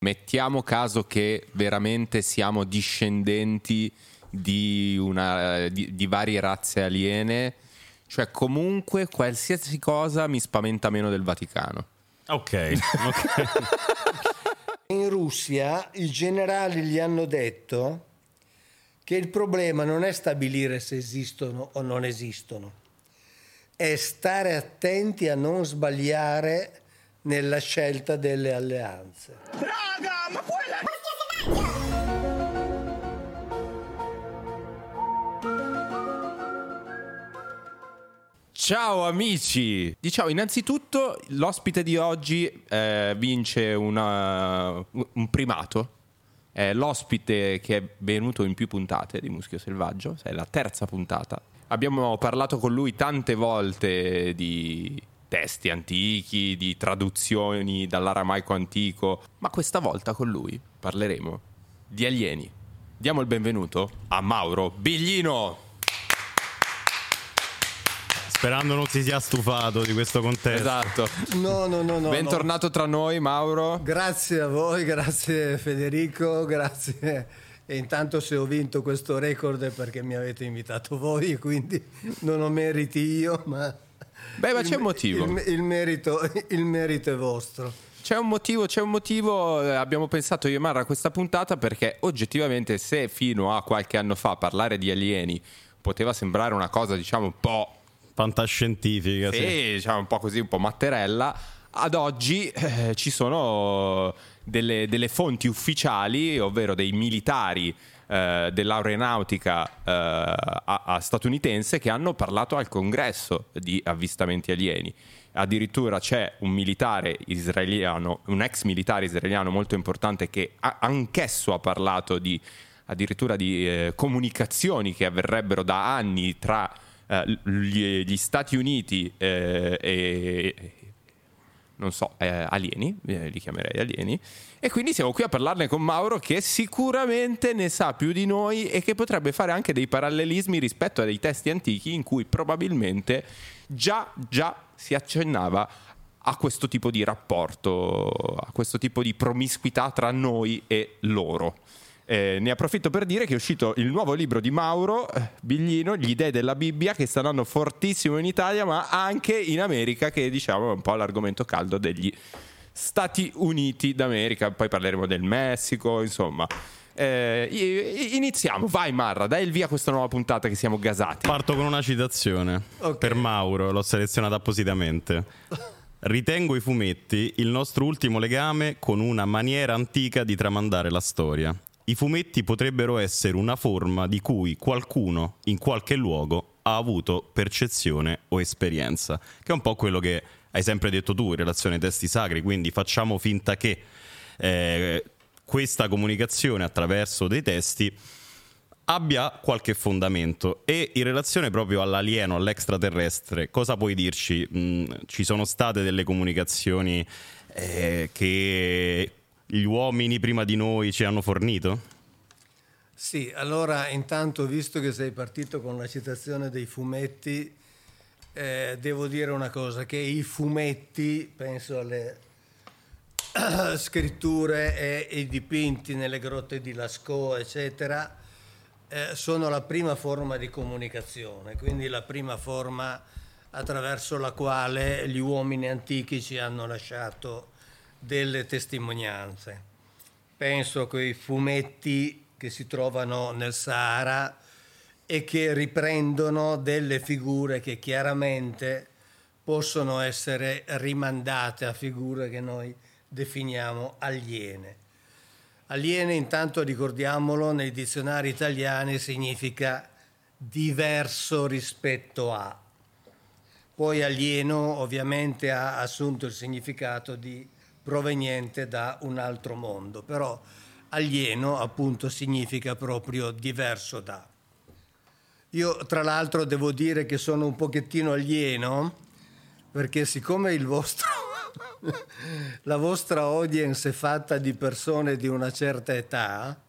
Mettiamo caso che veramente siamo discendenti di varie razze aliene, cioè comunque qualsiasi cosa mi spaventa meno del Vaticano. Ok. In Russia i generali gli hanno detto che il problema non è stabilire se esistono o non esistono, è stare attenti a non sbagliare nella scelta delle alleanze. Raga, ma poi la... Ciao amici! Diciamo innanzitutto l'ospite di oggi vince un primato. È l'ospite che è venuto in più puntate di Muschio Selvaggio, è la terza puntata. Abbiamo parlato con lui tante volte di testi antichi, di traduzioni dall'aramaico antico, ma questa volta con lui parleremo di alieni. Diamo il benvenuto a Mauro Biglino. Sperando non si sia stufato di questo contesto. Esatto. No. Bentornato tra noi, Mauro. Grazie a voi, grazie Federico, grazie. E intanto se ho vinto questo record è perché mi avete invitato voi, quindi non ho meriti io, ma... Beh, ma c'è un motivo. Il merito è vostro. C'è un motivo, abbiamo pensato io e Marra a questa puntata perché oggettivamente se fino a qualche anno fa parlare di alieni poteva sembrare una cosa diciamo un po' fantascientifica, sì, diciamo un po' così, un po' matterella, ad oggi ci sono delle fonti ufficiali, ovvero dei militari dell'aeronautica statunitense che hanno parlato al congresso di avvistamenti alieni. Addirittura c'è un militare israeliano, un ex militare israeliano molto importante che anch'esso ha parlato addirittura di comunicazioni che avverrebbero da anni tra gli Stati Uniti e non so, alieni, li chiamerei alieni, e quindi siamo qui a parlarne con Mauro che sicuramente ne sa più di noi e che potrebbe fare anche dei parallelismi rispetto a dei testi antichi in cui probabilmente già si accennava a questo tipo di rapporto, a questo tipo di promiscuità tra noi e loro. Ne approfitto per dire che è uscito il nuovo libro di Mauro Biglino, Gli dei della Bibbia, che sta andando fortissimo in Italia ma anche in America, che diciamo è un po' l'argomento caldo degli Stati Uniti d'America. Poi parleremo del Messico, insomma. Iniziamo, vai Marra, dai il via a questa nuova puntata che siamo gasati. Parto con una citazione per Mauro, l'ho selezionata appositamente. Ritengo i fumetti il nostro ultimo legame con una maniera antica di tramandare la storia. I fumetti potrebbero essere una forma di cui qualcuno in qualche luogo ha avuto percezione o esperienza, che è un po' quello che hai sempre detto tu in relazione ai testi sacri, quindi facciamo finta che questa comunicazione attraverso dei testi abbia qualche fondamento. E in relazione proprio all'alieno, all'extraterrestre, cosa puoi dirci? Ci sono state delle comunicazioni che gli uomini prima di noi ci hanno fornito? Sì, allora intanto, visto che sei partito con la citazione dei fumetti, devo dire una cosa, che i fumetti, penso alle scritture e i dipinti nelle grotte di Lascaux, eccetera, sono la prima forma di comunicazione, quindi la prima forma attraverso la quale gli uomini antichi ci hanno lasciato delle testimonianze. Penso a quei fumetti che si trovano nel Sahara e che riprendono delle figure che chiaramente possono essere rimandate a figure che noi definiamo aliene. Aliene, intanto ricordiamolo, nei dizionari italiani significa diverso rispetto a. Poi alieno ovviamente ha assunto il significato di proveniente da un altro mondo, però alieno appunto significa proprio diverso da. Io tra l'altro devo dire che sono un pochettino alieno perché siccome la vostra audience è fatta di persone di una certa età,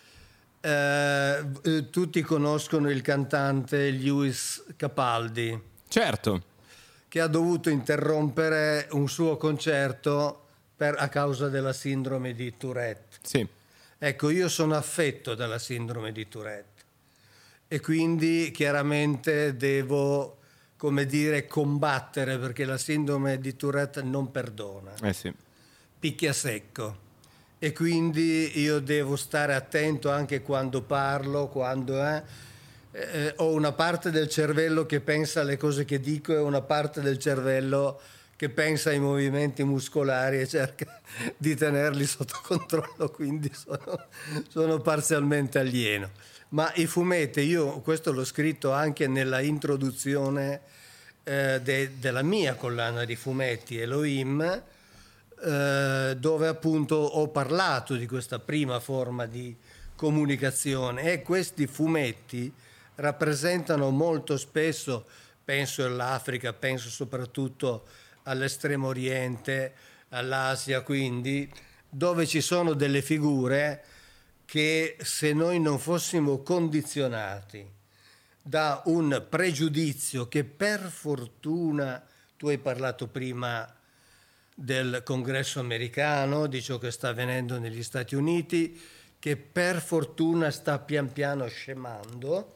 tutti conoscono il cantante Lewis Capaldi. Certo. Che ha dovuto interrompere un suo concerto a causa della sindrome di Tourette. Sì. Ecco, io sono affetto dalla sindrome di Tourette e quindi chiaramente devo, come dire, combattere, perché la sindrome di Tourette non perdona, Sì. picchia secco, e quindi io devo stare attento anche quando parlo, quando ho una parte del cervello che pensa alle cose che dico e una parte del cervello che pensa ai movimenti muscolari e cerca di tenerli sotto controllo, quindi sono parzialmente alieno. Ma i fumetti, io questo l'ho scritto anche nella introduzione della mia collana di fumetti Elohim, dove appunto ho parlato di questa prima forma di comunicazione, e questi fumetti rappresentano molto spesso, penso all'Africa, penso soprattutto all'Estremo Oriente, all'Asia, quindi, dove ci sono delle figure che, se noi non fossimo condizionati da un pregiudizio che per fortuna, tu hai parlato prima del Congresso americano, di ciò che sta avvenendo negli Stati Uniti, che per fortuna sta pian piano scemando,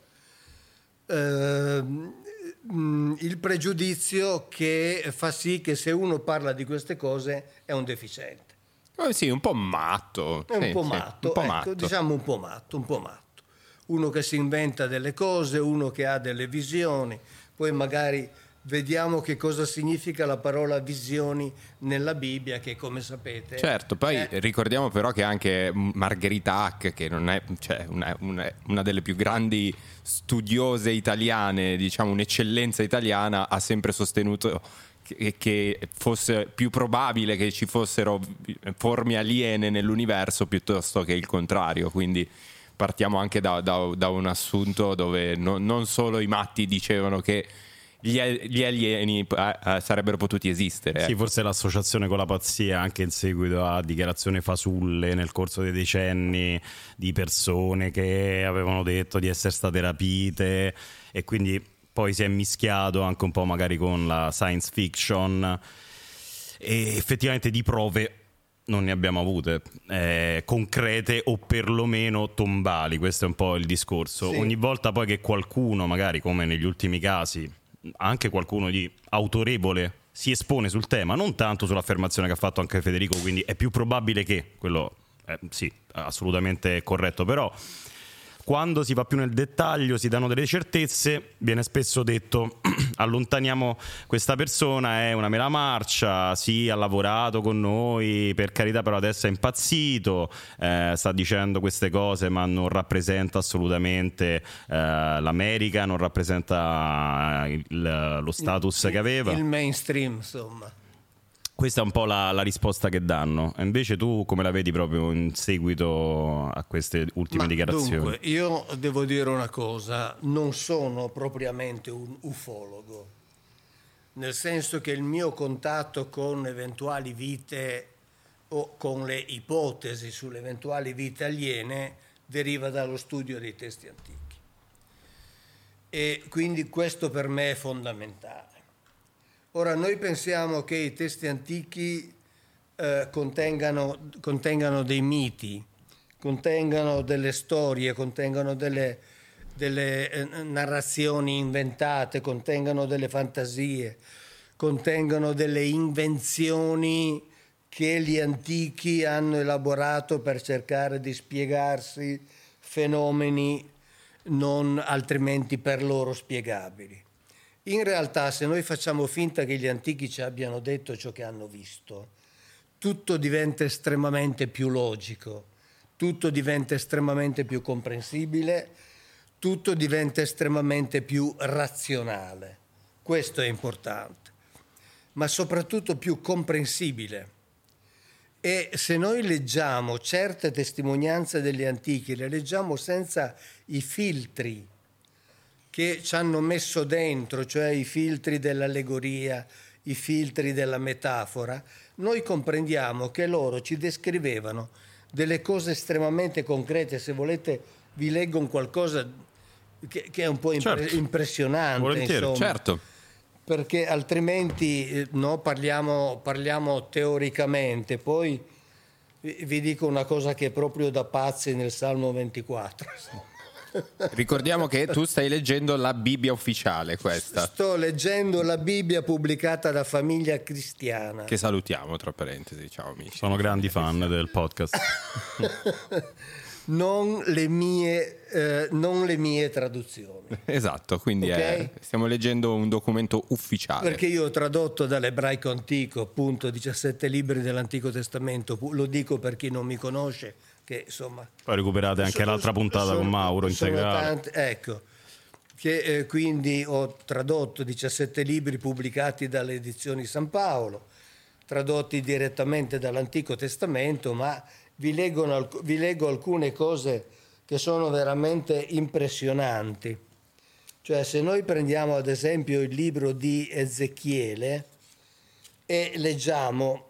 il pregiudizio che fa sì che se uno parla di queste cose è un deficiente. Sì, un po' matto. È un po' Sì, matto, un po' ecco, matto. diciamo un po' matto. Uno che si inventa delle cose, uno che ha delle visioni, poi magari vediamo che cosa significa la parola visioni nella Bibbia, che come sapete... Certo, poi ricordiamo però che anche Margherita Hack, che non è, cioè, una delle più grandi studiose italiane, diciamo un'eccellenza italiana, ha sempre sostenuto che fosse più probabile che ci fossero forme aliene nell'universo piuttosto che il contrario, quindi partiamo anche da un assunto dove non solo i matti dicevano che gli alieni sarebbero potuti esistere. Sì, forse l'associazione con la pazzia, anche in seguito a dichiarazioni fasulle nel corso dei decenni di persone che avevano detto di essere state rapite, e quindi poi si è mischiato anche un po' magari con la science fiction, e effettivamente di prove non ne abbiamo avute concrete, o perlomeno tombali. Questo è un po' il discorso. Sì. Ogni volta poi che qualcuno, magari come negli ultimi casi, anche qualcuno di autorevole, si espone sul tema, non tanto sull'affermazione che ha fatto anche Federico, quindi è più probabile che quello sì, assolutamente corretto, però quando si va più nel dettaglio, si danno delle certezze, viene spesso detto allontaniamo questa persona, è una mela marcia, sì, ha lavorato con noi, per carità, però adesso è impazzito, sta dicendo queste cose ma non rappresenta assolutamente l'America, non rappresenta lo status che aveva. Il mainstream, insomma. Questa è un po' la risposta che danno. E invece tu come la vedi proprio in seguito a queste ultime dichiarazioni? Dunque, io devo dire una cosa, non sono propriamente un ufologo, nel senso che il mio contatto con eventuali vite o con le ipotesi sulle eventuali vite aliene deriva dallo studio dei testi antichi. E quindi questo per me è fondamentale. Ora, noi pensiamo che i testi antichi contengano dei miti, contengano delle storie, contengano delle narrazioni inventate, contengano delle fantasie, contengano delle invenzioni che gli antichi hanno elaborato per cercare di spiegarsi fenomeni non altrimenti per loro spiegabili. In realtà, se noi facciamo finta che gli antichi ci abbiano detto ciò che hanno visto, tutto diventa estremamente più logico, tutto diventa estremamente più comprensibile, tutto diventa estremamente più razionale. Questo è importante, ma soprattutto più comprensibile. E se noi leggiamo certe testimonianze degli antichi, le leggiamo senza i filtri che ci hanno messo dentro, cioè i filtri dell'allegoria, i filtri della metafora, noi comprendiamo che loro ci descrivevano delle cose estremamente concrete. Se volete vi leggo un qualcosa che è un po' Certo. impressionante. Volentieri, insomma. Certo. perché altrimenti no, parliamo teoricamente. Poi vi dico una cosa che è proprio da pazzi nel Salmo 24. Ricordiamo che tu stai leggendo la Bibbia ufficiale, questa. Sto leggendo la Bibbia pubblicata da Famiglia Cristiana. Che salutiamo, tra parentesi, ciao amici. Sono grandi fan del podcast. Non le mie traduzioni. Esatto, quindi Ok? stiamo leggendo un documento ufficiale. Perché io ho tradotto dall'ebraico antico, appunto, 17 libri dell'Antico Testamento. Lo dico per chi non mi conosce, che insomma... Poi recuperate anche l'altra puntata con Mauro integrale. Ecco, che quindi ho tradotto 17 libri pubblicati dalle edizioni San Paolo, tradotti direttamente dall'Antico Testamento, ma vi leggo alcune cose che sono veramente impressionanti. Cioè, se noi prendiamo ad esempio il libro di Ezechiele e leggiamo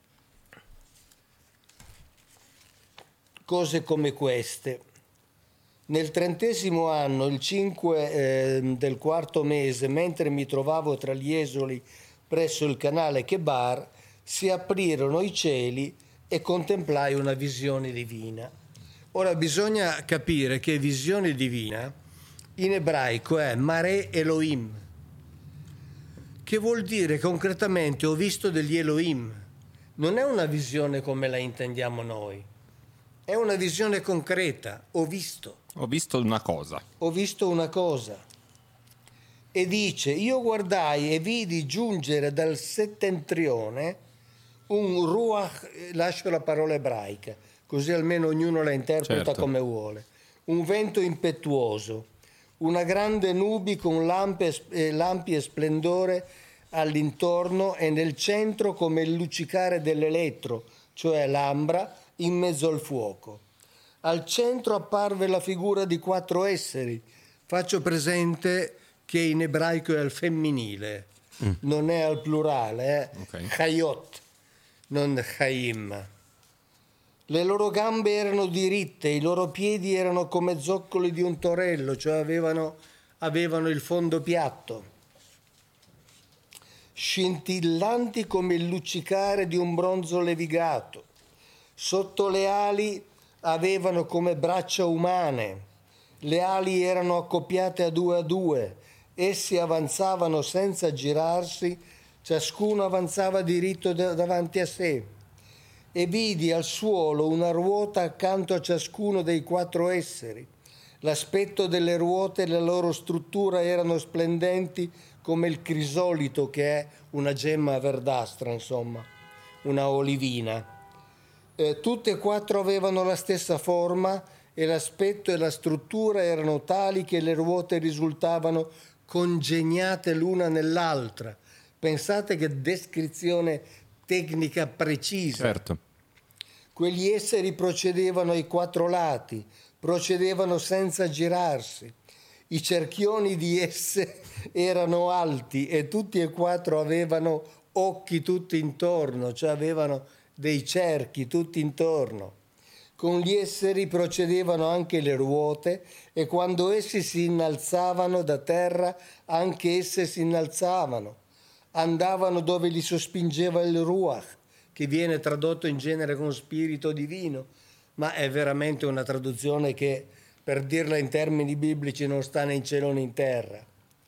cose come queste: nel 30° anno, il 5 del 4° mese, mentre mi trovavo tra gli esuli presso il canale Chebar, si aprirono i cieli e contemplai una visione divina. Ora bisogna capire che visione divina in ebraico è Mare Elohim, che vuol dire concretamente ho visto degli Elohim. Non è una visione come la intendiamo noi, è una visione concreta. Ho visto una cosa. Ho visto una cosa. E dice: io guardai e vidi giungere dal settentrione un ruach, lascio la parola ebraica, così almeno ognuno la interpreta Certo. come vuole, un vento impetuoso, una grande nubi con lampi e splendore all'intorno e nel centro come il luccicare dell'elettro, cioè l'ambra, in mezzo al fuoco. Al centro apparve la figura di 4 esseri. Faccio presente che in ebraico è al femminile, non è al plurale, Ok. Chayot, non Chaim. Le loro gambe erano diritte, i loro piedi erano come zoccoli di un torello, cioè avevano il fondo piatto, scintillanti come il luccicare di un bronzo levigato. Sotto le ali avevano come braccia umane, le ali erano accoppiate a 2, essi avanzavano senza girarsi, ciascuno avanzava diritto davanti a sé, e vidi al suolo una ruota accanto a ciascuno dei 4 esseri. L'aspetto delle ruote e la loro struttura erano splendenti come il crisolito, che è una gemma verdastra, insomma, una olivina. Tutte e 4 avevano la stessa forma e l'aspetto e la struttura erano tali che le ruote risultavano congegnate l'una nell'altra. Pensate che descrizione tecnica precisa. Certo. Quegli esseri procedevano ai 4 lati, procedevano senza girarsi. I cerchioni di esse erano alti e tutti e 4 avevano occhi tutti intorno, cioè avevano dei cerchi tutti intorno. Con gli esseri procedevano anche le ruote e quando essi si innalzavano da terra, anche esse si innalzavano. Andavano dove li sospingeva il Ruach, che viene tradotto in genere con spirito divino, ma è veramente una traduzione che, per dirla in termini biblici, non sta né in cielo né in terra.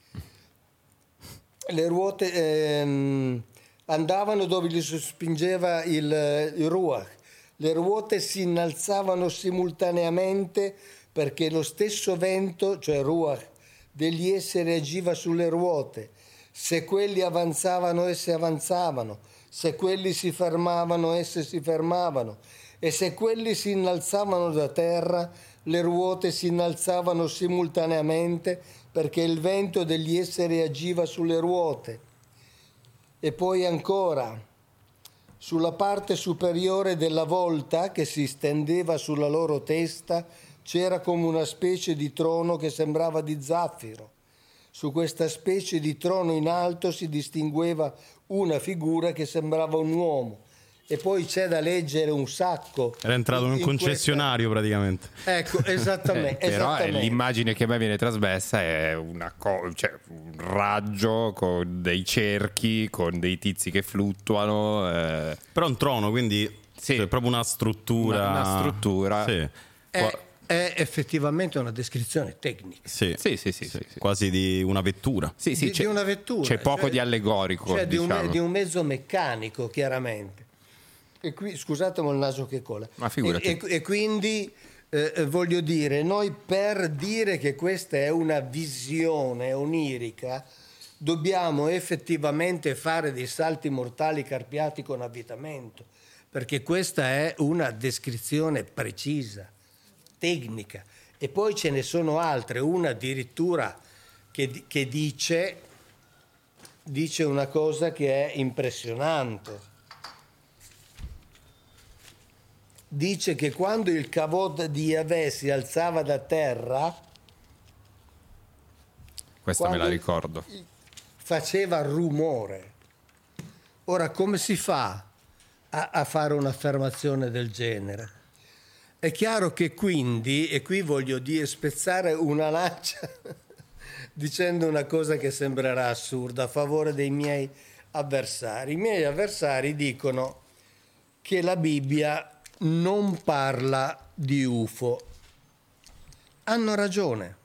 Le ruote andavano dove li sospingeva il Ruach. Le ruote si innalzavano simultaneamente perché lo stesso vento, cioè Ruach, degli esseri agiva sulle ruote. Se quelli avanzavano, esse avanzavano. Se quelli si fermavano, esse si fermavano. E se quelli si innalzavano da terra, le ruote si innalzavano simultaneamente perché il vento degli esseri agiva sulle ruote. E poi ancora, sulla parte superiore della volta che si stendeva sulla loro testa c'era come una specie di trono che sembrava di zaffiro. Su questa specie di trono in alto si distingueva una figura che sembrava un uomo e poi c'è da leggere un sacco. Era entrato in un concessionario praticamente. Ecco, esattamente. Però esattamente. l'immagine che a me viene trasmessa è cioè un raggio con dei cerchi, con dei tizi che fluttuano. Però un trono, quindi Sì. cioè, proprio una struttura. Una struttura. Sì. È effettivamente una descrizione tecnica. Sì. Sì. Quasi di una vettura. Sì, Di c'è, una vettura. c'è poco di allegorico, Cioè diciamo. di un mezzo meccanico, chiaramente. E qui, scusatemi il naso che cola. Ma figurati. E quindi voglio dire, noi per dire che questa è una visione onirica, dobbiamo effettivamente fare dei salti mortali carpiati con avvitamento, perché questa è una descrizione precisa, tecnica. E poi ce ne sono altre, una addirittura che dice una cosa che è impressionante. Dice che quando il Kavod di Yahweh si alzava da terra, Questa me la quando ricordo. faceva rumore. Ora, come si fa a fare un'affermazione del genere? È chiaro che quindi, e qui voglio dire spezzare una lancia dicendo una cosa che sembrerà assurda a favore dei miei avversari. I miei avversari dicono che la Bibbia non parla di UFO. Hanno ragione.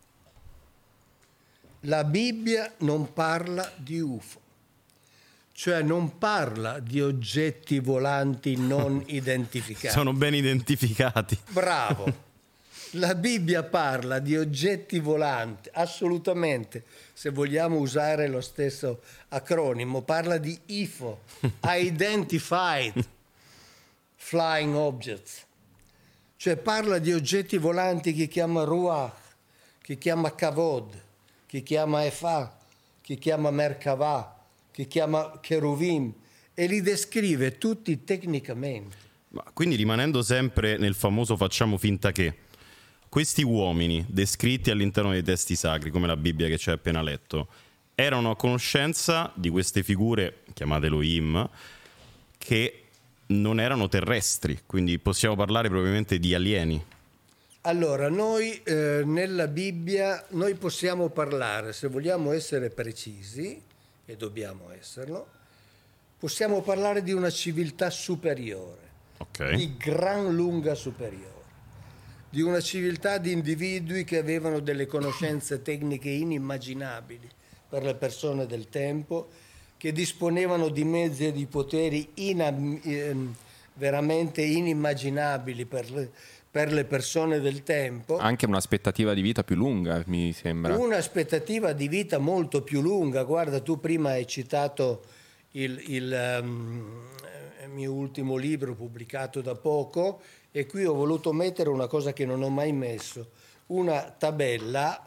La Bibbia non parla di UFO, cioè non parla di oggetti volanti non identificati. Sono ben identificati. Bravo. La Bibbia parla di oggetti volanti, assolutamente, se vogliamo usare lo stesso acronimo, parla di IFO, Identified Flying Objects, cioè parla di oggetti volanti che chiama Ruach, che chiama Kavod, che chiama Efa, che chiama Merkavah, che chiama Cheruvim, e li descrive tutti tecnicamente. Ma quindi rimanendo sempre nel famoso facciamo finta che, questi uomini descritti all'interno dei testi sacri, come la Bibbia che ci hai appena letto, erano a conoscenza di queste figure, chiamate Elohim, che non erano terrestri, quindi possiamo parlare probabilmente di alieni. Allora, noi nella Bibbia, noi possiamo parlare, se vogliamo essere precisi, e dobbiamo esserlo, possiamo parlare di una civiltà superiore, Ok. di gran lunga superiore, di una civiltà di individui che avevano delle conoscenze tecniche inimmaginabili per le persone del tempo, che disponevano di mezzi e di poteri veramente inimmaginabili per le persone del tempo. Anche un'aspettativa di vita più lunga, mi sembra. Un'aspettativa di vita molto più lunga. Guarda, tu prima hai citato il mio ultimo libro pubblicato da poco, e qui ho voluto mettere una cosa che non ho mai messo, una tabella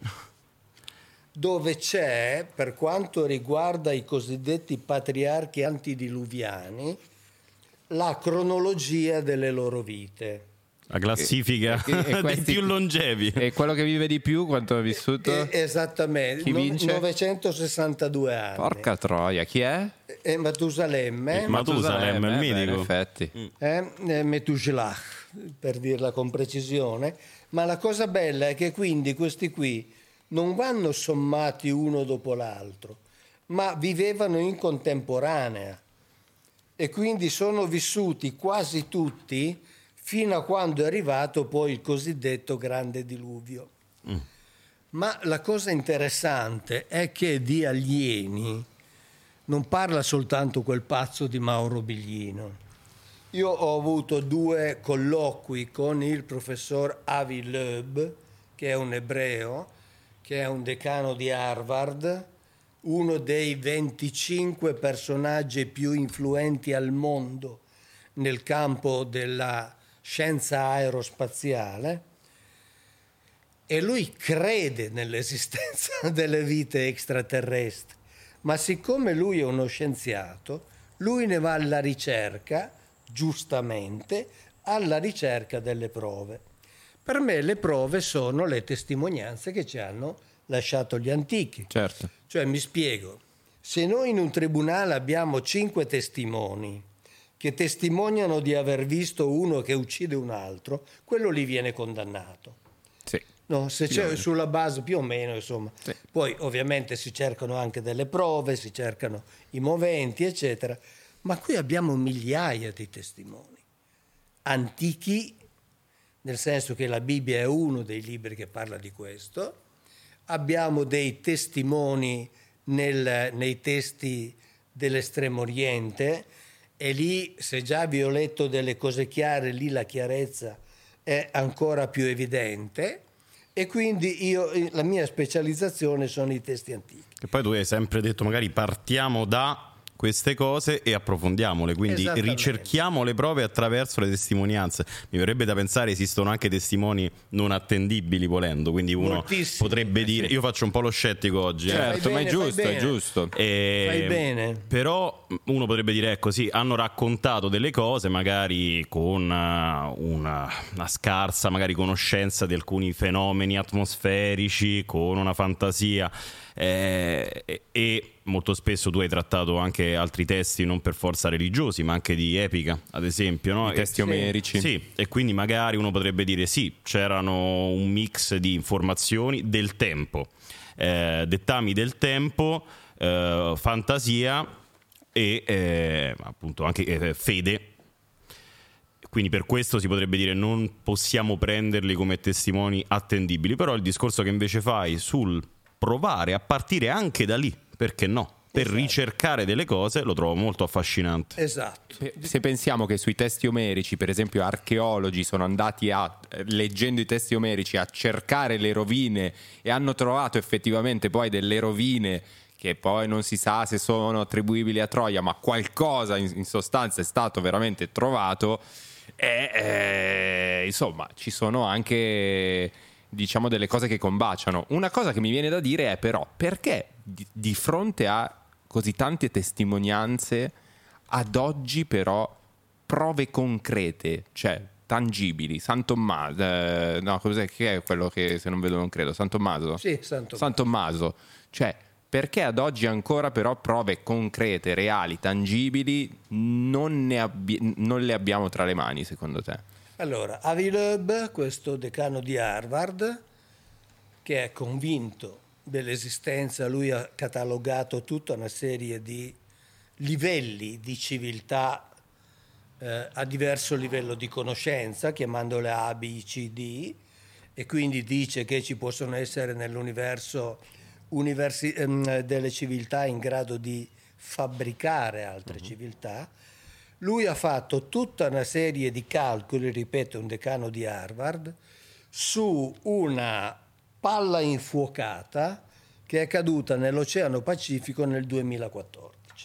dove c'è, per quanto riguarda i cosiddetti patriarchi antidiluviani, la cronologia delle loro vite. La classifica E dei questi- più longevi. E quello che vive di più, quanto ha vissuto? Esattamente, Chi vince? 962 anni. Porca troia, chi è? E Matusalemme, Matusalemme, il beh, mitico. in effetti. Metushelach, per dirla con precisione. Ma la cosa bella è che quindi questi qui non vanno sommati uno dopo l'altro, ma vivevano in contemporanea, e quindi sono vissuti quasi tutti fino a quando è arrivato poi il cosiddetto grande diluvio. Ma la cosa interessante è che di alieni non parla soltanto quel pazzo di Mauro Biglino. Io ho avuto 2 colloqui con il professor Avi Loeb, che è un ebreo, che è un decano di Harvard, uno dei 25 personaggi più influenti al mondo nel campo della scienza aerospaziale, e lui crede nell'esistenza delle vite extraterrestri, ma siccome lui è uno scienziato, lui ne va alla ricerca, giustamente, alla ricerca delle prove. Per me le prove sono le testimonianze che ci hanno lasciato gli antichi. Certo. Cioè, mi spiego, se noi in un tribunale abbiamo 5 testimoni che testimoniano di aver visto uno che uccide un altro, quello lì viene condannato. Sì. No, se c'è sulla base più o meno, insomma. Sì. Poi ovviamente si cercano anche delle prove, si cercano i moventi, eccetera. Ma qui abbiamo migliaia di testimoni antichi, nel senso che la Bibbia è uno dei libri che parla di questo. Abbiamo dei testimoni nei testi dell'Estremo Oriente, e lì, se già vi ho letto delle cose chiare, lì la chiarezza è ancora più evidente, e quindi la mia specializzazione sono i testi antichi. E poi tu hai sempre detto, magari partiamo da queste cose e approfondiamole, quindi ricerchiamo le prove attraverso le testimonianze. Mi verrebbe da pensare esistono anche testimoni non attendibili, volendo, quindi uno moltissimi potrebbe dire, io faccio un po' lo scettico oggi, certo, ma è giusto, è giusto. Fai bene. Però uno potrebbe dire, ecco, sì, hanno raccontato delle cose magari con una scarsa magari conoscenza di alcuni fenomeni atmosferici, con una fantasia, e molto spesso tu hai trattato anche altri testi non per forza religiosi, ma anche di epica, ad esempio, no? I testi omerici. Sì, e quindi magari uno potrebbe dire sì, c'erano un mix di informazioni del tempo, dettami del tempo, fantasia e appunto anche fede. Quindi per questo si potrebbe dire non possiamo prenderli come testimoni attendibili, però il discorso che invece fai sul provare a partire anche da lì, perché no? Per ricercare delle cose lo trovo molto affascinante. Esatto. Se pensiamo che sui testi omerici, per esempio, archeologi sono andati leggendo i testi omerici, a cercare le rovine e hanno trovato effettivamente poi delle rovine che poi non si sa se sono attribuibili a Troia, ma qualcosa in sostanza è stato veramente trovato, e insomma ci sono anche, diciamo, delle cose che combaciano. Una cosa che mi viene da dire è però, perché di fronte a così tante testimonianze ad oggi però prove concrete, cioè tangibili, San Tommaso, no, cos'è che è quello che se non vedo non credo, San Tommaso? Sì, San Tommaso. San Tommaso, cioè perché ad oggi ancora però prove concrete, reali, tangibili non le abbiamo tra le mani, secondo te? Allora, Avi Loeb, questo decano di Harvard, che è convinto dell'esistenza, lui ha catalogato tutta una serie di livelli di civiltà a diverso livello di conoscenza, chiamandole A, B, C, D, e quindi dice che ci possono essere nell'universo delle civiltà in grado di fabbricare altre civiltà. Lui ha fatto tutta una serie di calcoli, ripeto, un decano di Harvard, su una palla infuocata che è caduta nell'Oceano Pacifico nel 2014,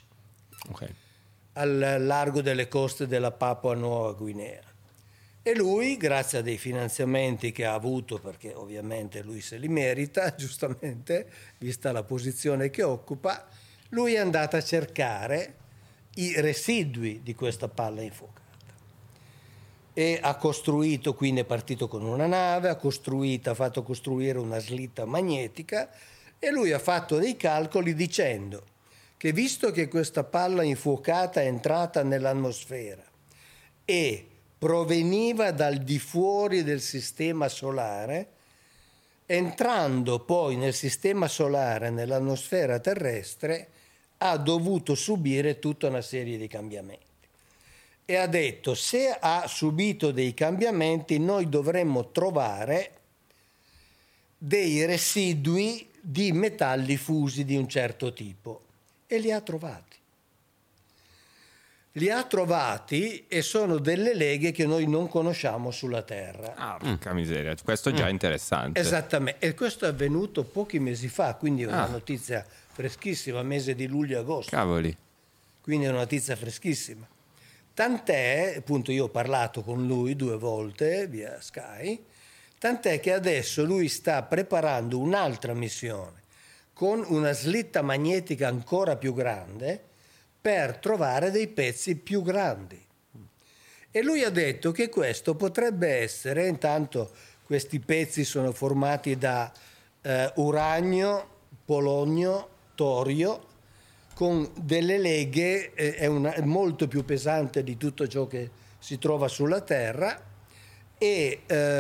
al largo delle coste della Papua Nuova Guinea. E lui, grazie a dei finanziamenti che ha avuto, perché ovviamente lui se li merita, giustamente, vista la posizione che occupa, lui è andato a cercare i residui di questa palla infuocata. E ha costruito, quindi è partito con una nave, ha fatto costruire una slitta magnetica, e lui ha fatto dei calcoli dicendo che visto che questa palla infuocata è entrata nell'atmosfera e proveniva dal di fuori del sistema solare, entrando poi nel sistema solare, nell'atmosfera terrestre, ha dovuto subire tutta una serie di cambiamenti. E ha detto, se ha subito dei cambiamenti, noi dovremmo trovare dei residui di metalli fusi di un certo tipo. E li ha trovati. Li ha trovati e sono delle leghe che noi non conosciamo sulla Terra. Ah, porca miseria, questo è già interessante. Esattamente, e questo è avvenuto pochi mesi fa, quindi è una notizia freschissima, mese di luglio-agosto. Cavoli. Quindi è una notizia freschissima. Tant'è, appunto io ho parlato con lui 2 volte via Sky, tant'è che adesso lui sta preparando un'altra missione con una slitta magnetica ancora più grande per trovare dei pezzi più grandi. E lui ha detto che questo potrebbe essere, intanto questi pezzi sono formati da uranio, polonio, torio, con delle leghe, è molto più pesante di tutto ciò che si trova sulla Terra, e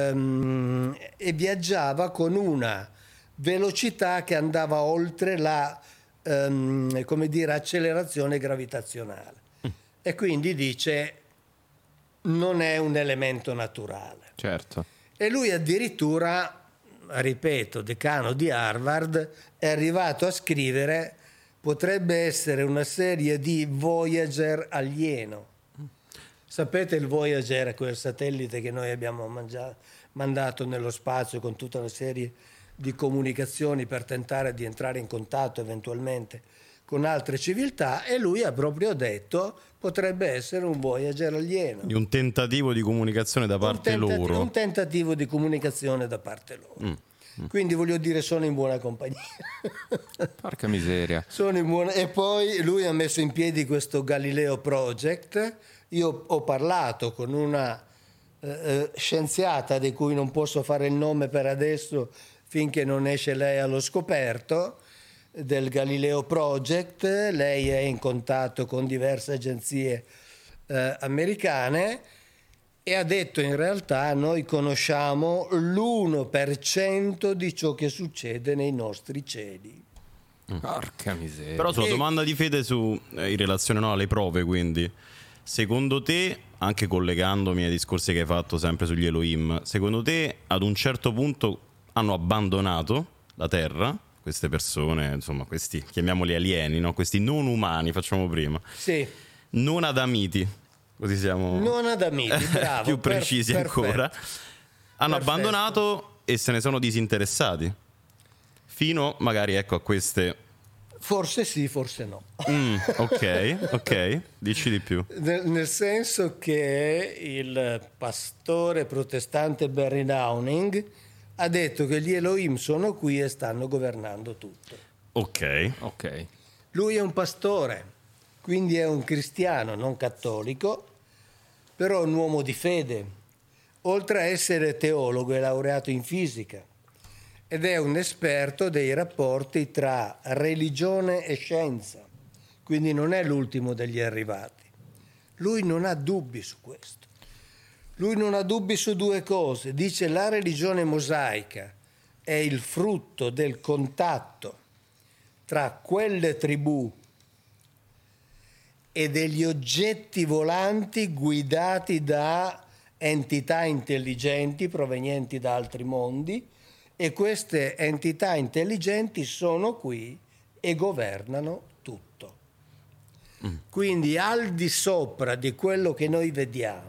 viaggiava con una velocità che andava oltre la accelerazione gravitazionale, e quindi dice non è un elemento naturale. Certo. E lui addirittura, ripeto, decano di Harvard, è arrivato a scrivere: potrebbe essere una serie di Voyager alieno. Sapete, il Voyager è quel satellite che noi abbiamo mandato nello spazio con tutta una serie di comunicazioni per tentare di entrare in contatto eventualmente con altre civiltà, e lui ha proprio detto potrebbe essere un Voyager alieno. Un tentativo di comunicazione da parte loro. Un tentativo di comunicazione da parte loro. Quindi voglio dire, sono in buona compagnia. Porca miseria. Sono in buona... E poi lui ha messo in piedi questo Galileo Project. Io ho parlato con una scienziata di cui non posso fare il nome per adesso finché non esce lei allo scoperto, del Galileo Project. Lei è in contatto con diverse agenzie americane, e ha detto: in realtà noi conosciamo l'1% di ciò che succede nei nostri cieli. Porca miseria. Però sulla domanda di Fede in relazione alle prove, quindi secondo te, anche collegandomi ai discorsi che hai fatto sempre sugli Elohim, secondo te ad un certo punto hanno abbandonato la Terra, queste persone, insomma questi, chiamiamoli alieni, no? Questi non umani, facciamo prima, Sì. non adamiti, così siamo Non adamiti, bravo. più precisi ancora, hanno abbandonato e se ne sono disinteressati fino magari, ecco, a queste. Forse sì, forse no. Ok, dici di più. Nel senso che il pastore protestante Barry Downing ha detto che gli Elohim sono qui e stanno governando tutto. Ok. Lui è un pastore, quindi è un cristiano non cattolico, però è un uomo di fede. Oltre a essere teologo, è laureato in fisica ed è un esperto dei rapporti tra religione e scienza, quindi non è l'ultimo degli arrivati. Lui non ha dubbi su questo. Lui non ha dubbi su due cose. Dice: la religione mosaica è il frutto del contatto tra quelle tribù e degli oggetti volanti guidati da entità intelligenti provenienti da altri mondi, e queste entità intelligenti sono qui e governano tutto. Quindi al di sopra di quello che noi vediamo.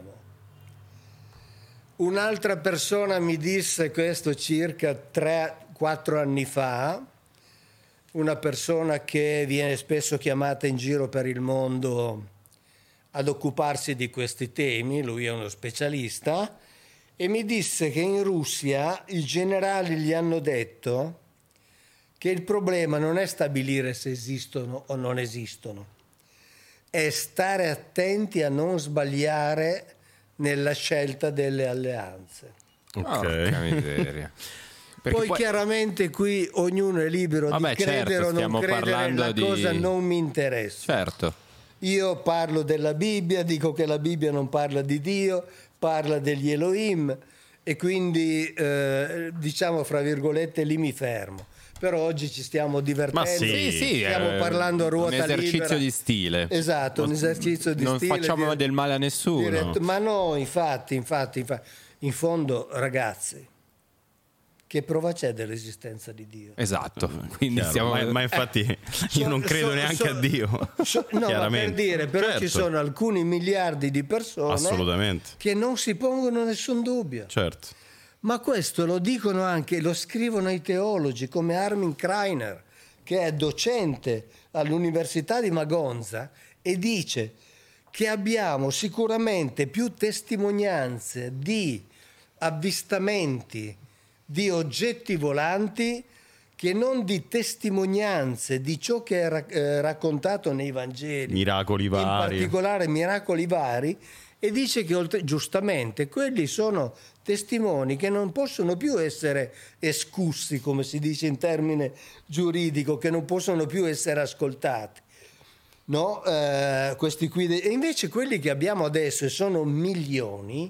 Un'altra persona mi disse questo circa 3-4 anni fa, una persona che viene spesso chiamata in giro per il mondo ad occuparsi di questi temi, lui è uno specialista, e mi disse che in Russia i generali gli hanno detto che il problema non è stabilire se esistono o non esistono, è stare attenti a non sbagliare nella scelta delle alleanze. Porca miseria. Poi chiaramente qui ognuno è libero di credere o non credere, la cosa non mi interessa. Certo. Io parlo della Bibbia, dico che la Bibbia non parla di Dio, parla degli Elohim, e quindi diciamo fra virgolette lì mi fermo. Però oggi ci stiamo divertendo, stiamo parlando a ruota libera. Un esercizio di stile. Esatto, un esercizio di non stile. Non facciamo del male a nessuno. Ma no, infatti, in fondo, ragazzi, che prova c'è dell'esistenza di Dio? Esatto, quindi ma infatti io non credo neanche a Dio. No, ma per dire, però certo. Ci sono alcuni miliardi di persone assolutamente che non si pongono nessun dubbio. Certo. Ma questo lo dicono anche, lo scrivono i teologi come Armin Kreiner, che è docente all'Università di Magonza, e dice che abbiamo sicuramente più testimonianze di avvistamenti di oggetti volanti che non di testimonianze di ciò che è raccontato nei Vangeli, miracoli vari, in particolare miracoli vari, e dice che giustamente quelli sono testimoni che non possono più essere escussi, come si dice in termine giuridico, che non possono più essere ascoltati. no? Questi qui, e invece quelli che abbiamo adesso, e sono milioni,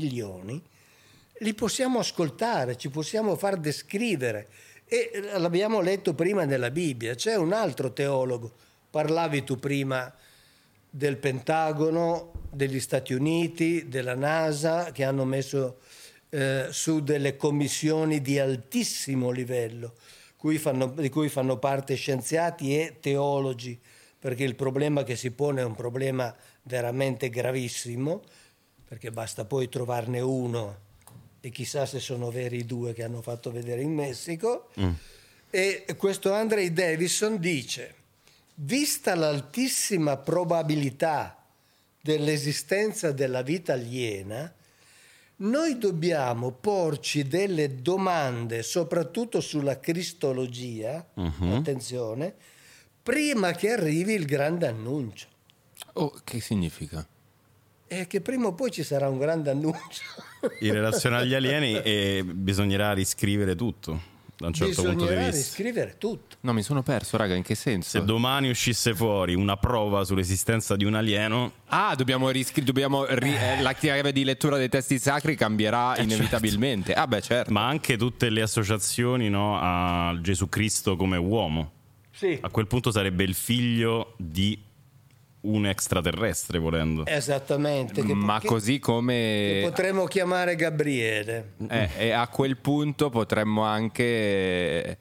li possiamo ascoltare, ci possiamo far descrivere, e l'abbiamo letto prima nella Bibbia. C'è un altro teologo, parlavi tu prima del Pentagono, degli Stati Uniti, della NASA, che hanno messo su delle commissioni di altissimo livello, di cui fanno parte scienziati e teologi, perché il problema che si pone è un problema veramente gravissimo, perché basta poi trovarne uno, e chissà se sono veri i 2 che hanno fatto vedere in Messico. E questo Andrej Davison dice: vista l'altissima probabilità dell'esistenza della vita aliena, noi dobbiamo porci delle domande, soprattutto sulla cristologia, attenzione, prima che arrivi il grande annuncio. Che significa? È che prima o poi ci sarà un grande annuncio. In relazione agli alieni bisognerà riscrivere tutto, da un certo punto di vista. Riscrivere tutto. No, mi sono perso, raga, in che senso? Se domani uscisse fuori una prova sull'esistenza di un alieno... dobbiamo la chiave di lettura dei testi sacri cambierà inevitabilmente. Certo. Certo. Ma anche tutte le associazioni, no, a Gesù Cristo come uomo. Sì. A quel punto sarebbe il figlio di un extraterrestre, volendo. Esattamente. Così come... che potremmo chiamare Gabriele. E a quel punto potremmo anche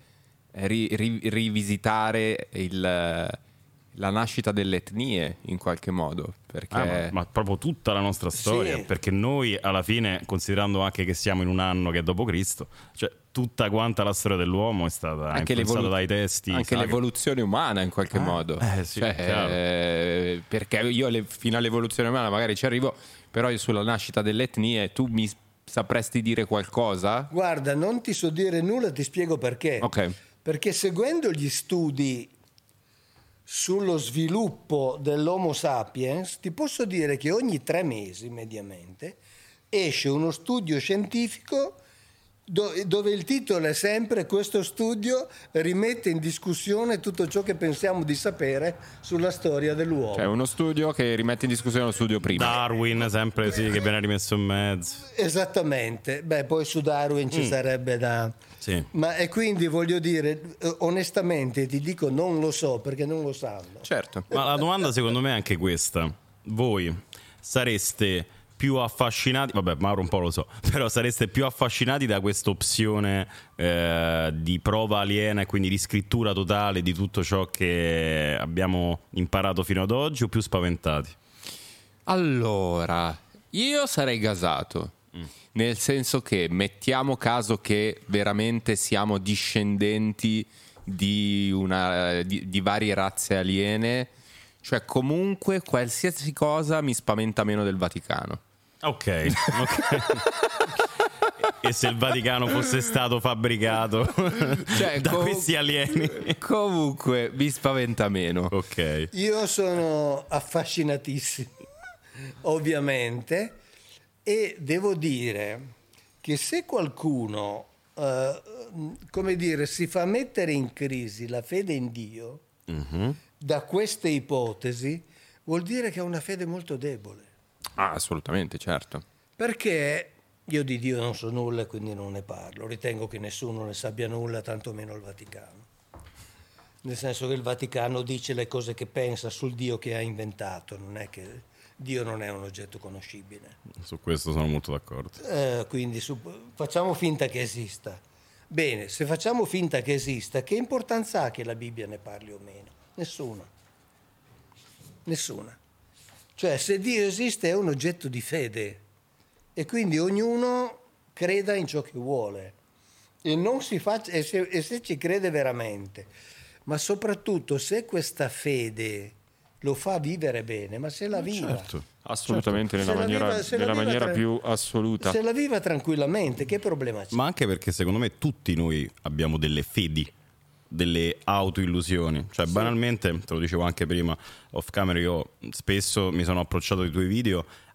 rivisitare la nascita delle etnie in qualche modo, perché ma proprio tutta la nostra storia, sì. Perché noi alla fine, considerando anche che siamo in un anno che è dopo Cristo, cioè tutta quanta la storia dell'uomo è stata anche influenzata dai testi, anche l'evoluzione umana in qualche modo, sì, perché io fino all'evoluzione umana magari ci arrivo, però io sulla nascita delle etnie tu mi sapresti dire qualcosa? Guarda, non ti so dire nulla, ti spiego perché. Ok. Perché seguendo gli studi sullo sviluppo dell'Homo sapiens, ti posso dire che ogni 3 mesi mediamente esce uno studio scientifico dove il titolo è sempre: questo studio rimette in discussione tutto ciò che pensiamo di sapere sulla storia dell'uomo. Cioè uno studio che rimette in discussione lo studio prima. Darwin sempre, sì, che viene rimesso in mezzo. Esattamente. Beh, poi su Darwin ci sarebbe da... Sì. Ma e quindi voglio dire, onestamente ti dico non lo so, perché non lo sanno. Certo. Ma la domanda secondo me è anche questa: voi sareste più affascinati, vabbè, Mauro un po' lo so, però sareste più affascinati da questa opzione di prova aliena e quindi di scrittura totale di tutto ciò che abbiamo imparato fino ad oggi, o più spaventati? Allora, io sarei gasato, nel senso che mettiamo caso che veramente siamo discendenti di varie razze aliene, cioè comunque qualsiasi cosa mi spaventa meno del Vaticano. Ok. E se il Vaticano fosse stato fabbricato da questi alieni? Comunque mi spaventa meno. Ok. Io sono affascinatissimo, ovviamente, e devo dire che se qualcuno, come dire, si fa mettere in crisi la fede in Dio da queste ipotesi, vuol dire che ha una fede molto debole. Assolutamente, certo. Perché io di Dio non so nulla e quindi non ne parlo. Ritengo che nessuno ne sappia nulla, tantomeno il Vaticano. Nel senso che il Vaticano dice le cose che pensa sul Dio che ha inventato, non è che Dio non è un oggetto conoscibile. Su questo sono molto d'accordo. Quindi facciamo finta che esista. Bene, se facciamo finta che esista, che importanza ha che la Bibbia ne parli o meno? Nessuna. Cioè, se Dio esiste è un oggetto di fede e quindi ognuno creda in ciò che vuole e non si faccia, e se ci crede veramente, ma soprattutto se questa fede lo fa vivere bene, ma se la viva. Certo. Assolutamente, nella maniera più assoluta. Se la viva tranquillamente, che problema c'è? Ma anche perché secondo me tutti noi abbiamo delle fedi, delle autoillusioni. Cioè, banalmente, te lo dicevo anche prima off camera, io spesso mi sono approcciato ai tuoi video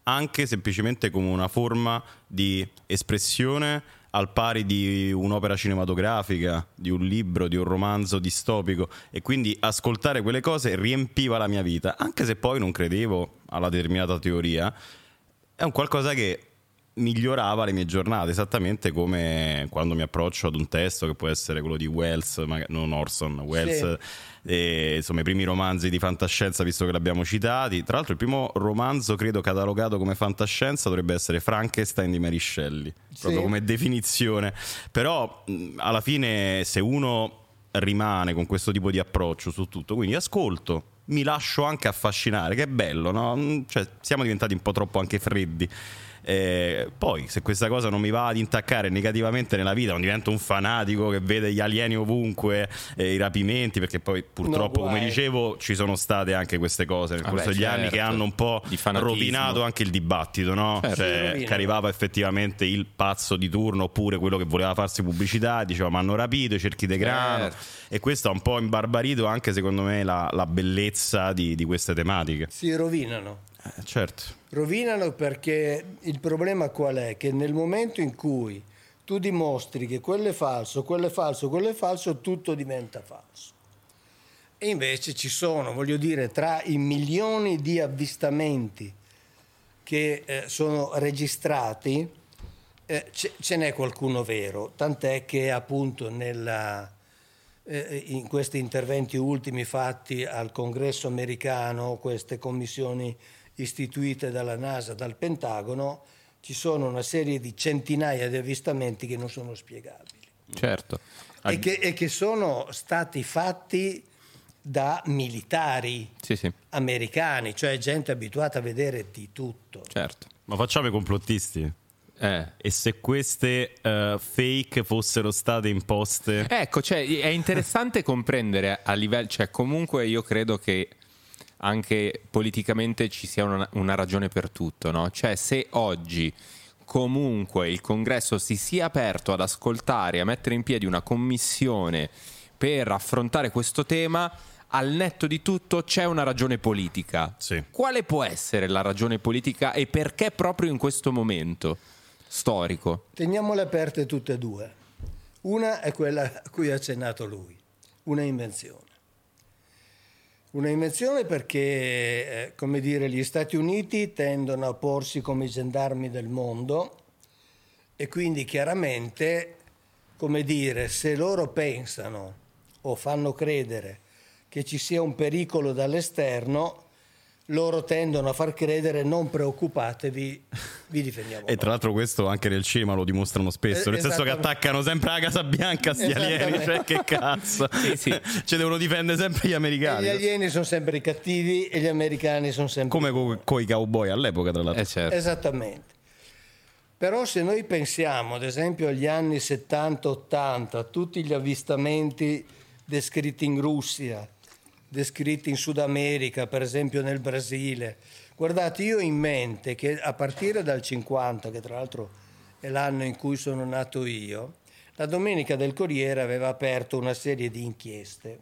anche semplicemente come una forma di espressione al pari di un'opera cinematografica, di un libro, di un romanzo distopico, e quindi ascoltare quelle cose riempiva la mia vita, anche se poi non credevo alla determinata teoria. È un qualcosa che migliorava le mie giornate, esattamente come quando mi approccio ad un testo che può essere quello di Wells, non Orson Welles, sì. E, insomma, i primi romanzi di fantascienza, visto che l'abbiamo citati. Tra l'altro il primo romanzo credo catalogato come fantascienza dovrebbe essere Frankenstein di Mary Shelley, proprio sì, come definizione. Però alla fine, se uno rimane con questo tipo di approccio su tutto, quindi ascolto, mi lascio anche affascinare, che è bello, no? Cioè, siamo diventati un po' troppo anche freddi. Poi se questa cosa non mi va ad intaccare negativamente nella vita, non divento un fanatico che vede gli alieni ovunque, i rapimenti, perché poi purtroppo, come dicevo, ci sono state anche queste cose nel corso degli anni che hanno un po' rovinato anche il dibattito, no? Cioè, che arrivava effettivamente il pazzo di turno oppure quello che voleva farsi pubblicità, diceva ma hanno rapito i cerchi de grano, e questo ha un po' imbarbarito anche secondo me la bellezza di queste tematiche. Si rovinano. Certo. Rovinano perché il problema qual è? Che nel momento in cui tu dimostri che quello è falso, quello è falso, quello è falso, tutto diventa falso. E invece ci sono, voglio dire, tra i milioni di avvistamenti che sono registrati, ce n'è qualcuno vero, tant'è che appunto in questi interventi ultimi fatti al Congresso americano, queste commissioni istituite dalla NASA, dal Pentagono, ci sono una serie di centinaia di avvistamenti che non sono spiegabili. Certo. E che sono stati fatti da militari americani, cioè gente abituata a vedere di tutto. Certo. Ma facciamo i complottisti. E se queste fake fossero state imposte? Ecco, cioè è interessante comprendere a livello, cioè comunque io credo che anche politicamente ci sia una ragione per tutto, no? Cioè se oggi comunque il Congresso si sia aperto ad ascoltare, a mettere in piedi una commissione per affrontare questo tema, al netto di tutto c'è una ragione politica. Sì. Quale può essere la ragione politica e perché proprio in questo momento storico? Teniamole aperte tutte e due. Una è quella a cui ha accennato lui, una invenzione. Una invenzione perché, come dire, gli Stati Uniti tendono a porsi come i gendarmi del mondo e quindi chiaramente, come dire, se loro pensano o fanno credere che ci sia un pericolo dall'esterno, loro tendono a far credere non preoccupatevi, vi difendiamo. E tra l'altro questo anche nel cinema lo dimostrano spesso, nel senso che attaccano sempre la Casa Bianca sti alieni, cioè che cazzo, sì. Ci devono difendere sempre gli americani. E gli alieni sono sempre i cattivi e gli americani sono sempre come coi cowboy all'epoca, tra l'altro. Certo. Esattamente. Però se noi pensiamo ad esempio agli anni 70-80, tutti gli avvistamenti descritti in Russia, descritti in Sud America, per esempio nel Brasile. Guardate, io ho in mente che a partire dal 50, che tra l'altro è l'anno in cui sono nato io, la Domenica del Corriere aveva aperto una serie di inchieste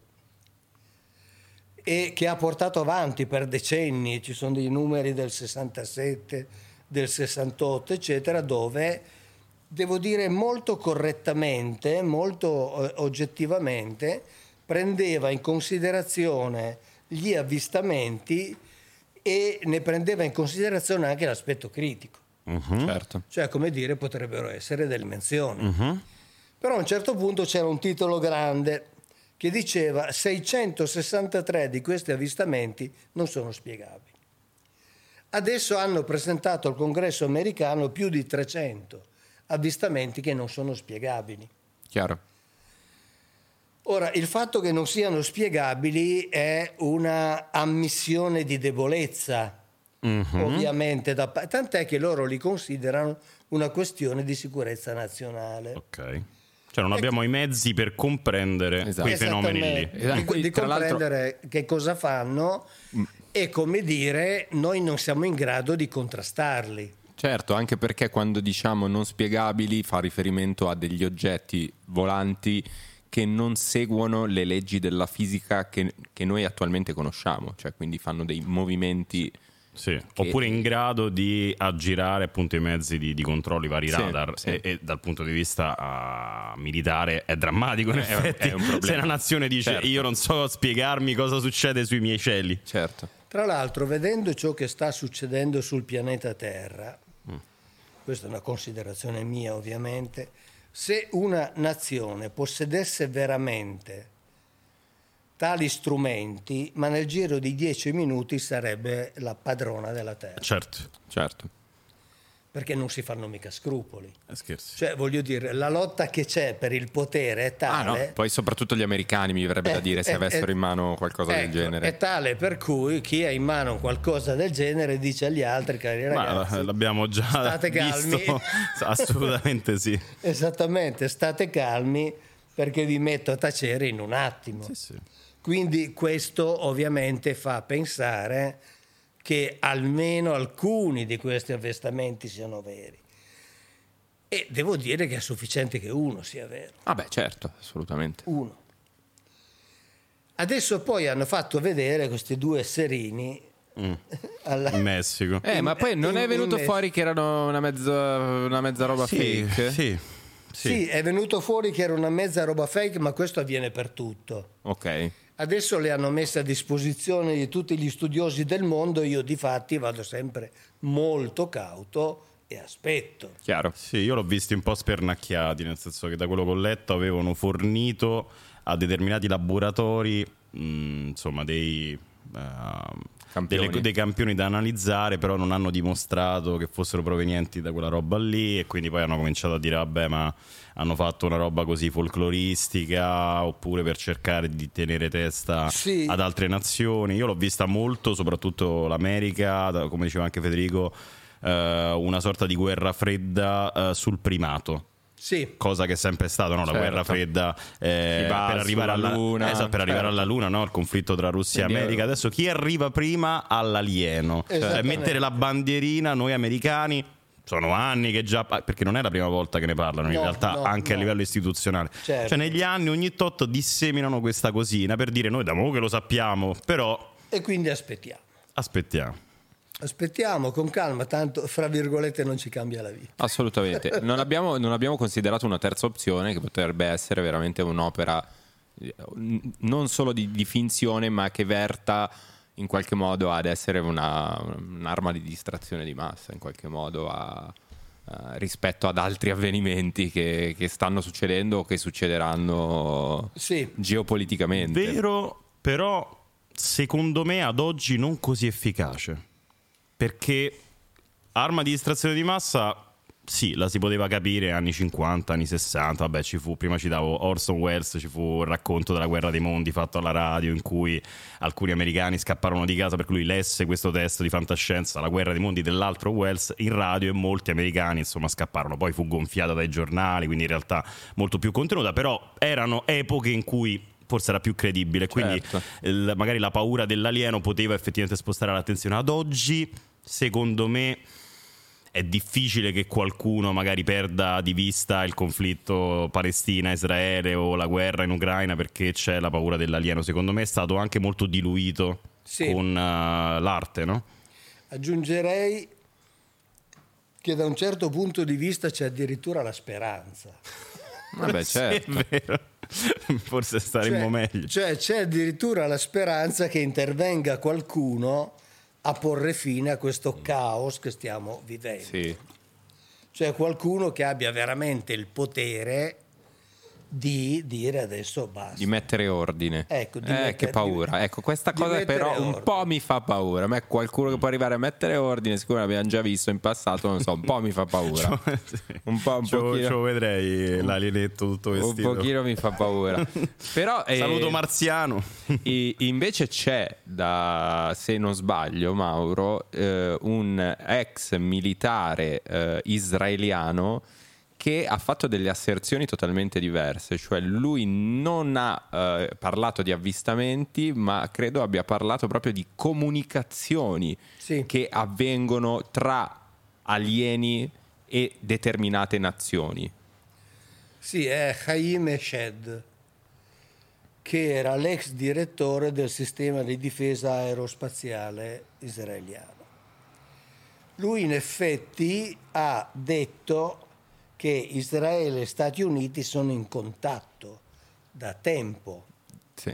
e che ha portato avanti per decenni. Ci sono dei numeri del 67, del 68, eccetera, dove, devo dire molto correttamente, molto oggettivamente, prendeva in considerazione gli avvistamenti e ne prendeva in considerazione anche l'aspetto critico. Certo. Cioè, come dire, potrebbero essere delle menzioni. Però a un certo punto c'era un titolo grande che diceva 663 di questi avvistamenti non sono spiegabili. Adesso hanno presentato al Congresso americano più di 300 avvistamenti che non sono spiegabili. Chiaro. Ora, il fatto che non siano spiegabili è una ammissione di debolezza, ovviamente, tant'è che loro li considerano una questione di sicurezza nazionale. Ok. Cioè non abbiamo i mezzi per comprendere quei fenomeni lì. Di comprendere che cosa fanno e, come dire, noi non siamo in grado di contrastarli. Certo, anche perché quando diciamo non spiegabili fa riferimento a degli oggetti volanti che non seguono le leggi della fisica che noi attualmente conosciamo, cioè quindi fanno dei movimenti Sì. Oppure in grado di aggirare appunto i mezzi di controllo, i vari radar. Sì. E dal punto di vista militare è drammatico, in effetti. È un problema. Se una nazione dice Certo. io non so spiegarmi cosa succede sui miei cieli. Certo. Tra l'altro, vedendo ciò che sta succedendo sul pianeta Terra, questa è una considerazione mia ovviamente, se una nazione possedesse veramente tali strumenti, ma nel giro di 10 minuti sarebbe la padrona della Terra, Certo. perché non si fanno mica scrupoli. Scherzi. Cioè, voglio dire, la lotta che c'è per il potere è tale... No, poi soprattutto gli americani mi verrebbe da dire se avessero in mano qualcosa del genere. È tale per cui chi ha in mano qualcosa del genere dice agli altri, cari ragazzi, Ma l'abbiamo già state calmi. visto. Assolutamente sì. Esattamente, state calmi perché vi metto a tacere in un attimo. Sì. Quindi questo ovviamente fa pensare che almeno alcuni di questi avvistamenti siano veri. E devo dire che è sufficiente che uno sia vero. Ah beh, certo, assolutamente. Uno. Adesso poi hanno fatto vedere questi due esserini In Messico. Ma poi non è venuto in fuori che erano una mezza roba fake? Sì, è venuto fuori che era una mezza roba fake, ma questo avviene per tutto. Ok. Adesso le hanno messe a disposizione di tutti gli studiosi del mondo, io difatti vado sempre molto cauto e aspetto. Chiaro. Sì, io l'ho visti un po' spernacchiati, nel senso che da quello che ho letto avevano fornito a determinati laboratori insomma dei campioni da analizzare, però non hanno dimostrato che fossero provenienti da quella roba lì, e quindi poi hanno cominciato a dire vabbè, ma hanno fatto una roba così folcloristica oppure per cercare di tenere testa ad altre nazioni. Io l'ho vista molto, soprattutto l'America, come diceva anche Federico, una sorta di guerra fredda sul primato. Sì. Cosa che è sempre stata, no? La guerra fredda per arrivare alla Luna, per arrivare alla Luna, no? Il conflitto tra Russia e America. Adesso chi arriva prima all'alieno, cioè mettere la bandierina, noi americani. Sono anni che già, perché non è la prima volta che ne parlano, in realtà anche a livello istituzionale. Certo. Cioè negli anni ogni tot disseminano questa cosina per dire noi da mo' che lo sappiamo, però E quindi aspettiamo con calma, tanto fra virgolette non ci cambia la vita. Assolutamente. Non abbiamo considerato una terza opzione che potrebbe essere veramente un'opera non solo di finzione, ma che verta in qualche modo ad essere un'arma di distrazione di massa, in qualche modo rispetto ad altri avvenimenti che stanno succedendo o che succederanno geopoliticamente. Vero, però secondo me ad oggi non così efficace. Perché arma di distrazione di massa, sì, la si poteva capire anni 50, anni 60, vabbè, prima citavo Orson Welles, ci fu il racconto della guerra dei mondi fatto alla radio in cui alcuni americani scapparono di casa perché lui lesse questo testo di fantascienza, la guerra dei mondi dell'altro Welles, in radio, e molti americani insomma scapparono. Poi fu gonfiata dai giornali, quindi in realtà molto più contenuta, però erano epoche in cui forse era più credibile, quindi magari la paura dell'alieno poteva effettivamente spostare l'attenzione. Ad oggi, secondo me, è difficile che qualcuno magari perda di vista il conflitto Palestina-Israele o la guerra in Ucraina perché c'è la paura dell'alieno. Secondo me è stato anche molto diluito con l'arte, no? Aggiungerei che da un certo punto di vista c'è addirittura la speranza. Vabbè, certo. Sì, è vero. Forse staremmo meglio. Cioè c'è addirittura la speranza che intervenga qualcuno a porre fine a questo caos che stiamo vivendo. Sì. Cioè qualcuno che abbia veramente il potere di dire adesso basta. Di mettere ordine. Ecco, che paura. Ecco, questa cosa però un po' mi fa paura. A me qualcuno che può arrivare a mettere ordine, sicuramente l'abbiamo già visto in passato, non so, un po' mi fa paura. Un pochino, vedrei l'alienetto tutto vestito. Un pochino mi fa paura. Però saluto marziano. Invece c'è, se non sbaglio, Mauro, un ex militare israeliano che ha fatto delle asserzioni totalmente diverse, cioè lui non ha parlato di avvistamenti, ma credo abbia parlato proprio di comunicazioni che avvengono tra alieni e determinate nazioni. Sì, è Haim Eshed, che era l'ex direttore del sistema di difesa aerospaziale israeliano. lui in effetti ha detto che Israele e Stati Uniti sono in contatto da tempo. Sì.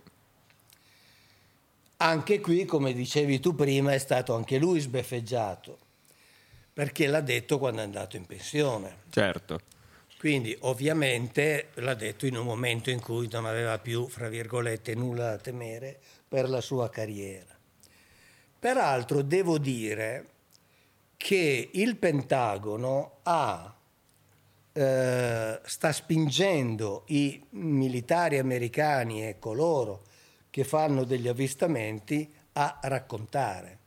Anche qui, come dicevi tu prima, è stato anche lui sbeffeggiato, perché l'ha detto quando è andato in pensione. Certo. Quindi ovviamente l'ha detto in un momento in cui non aveva più, fra virgolette, nulla da temere per la sua carriera. Peraltro devo dire che il Pentagono sta spingendo i militari americani e coloro che fanno degli avvistamenti a raccontare,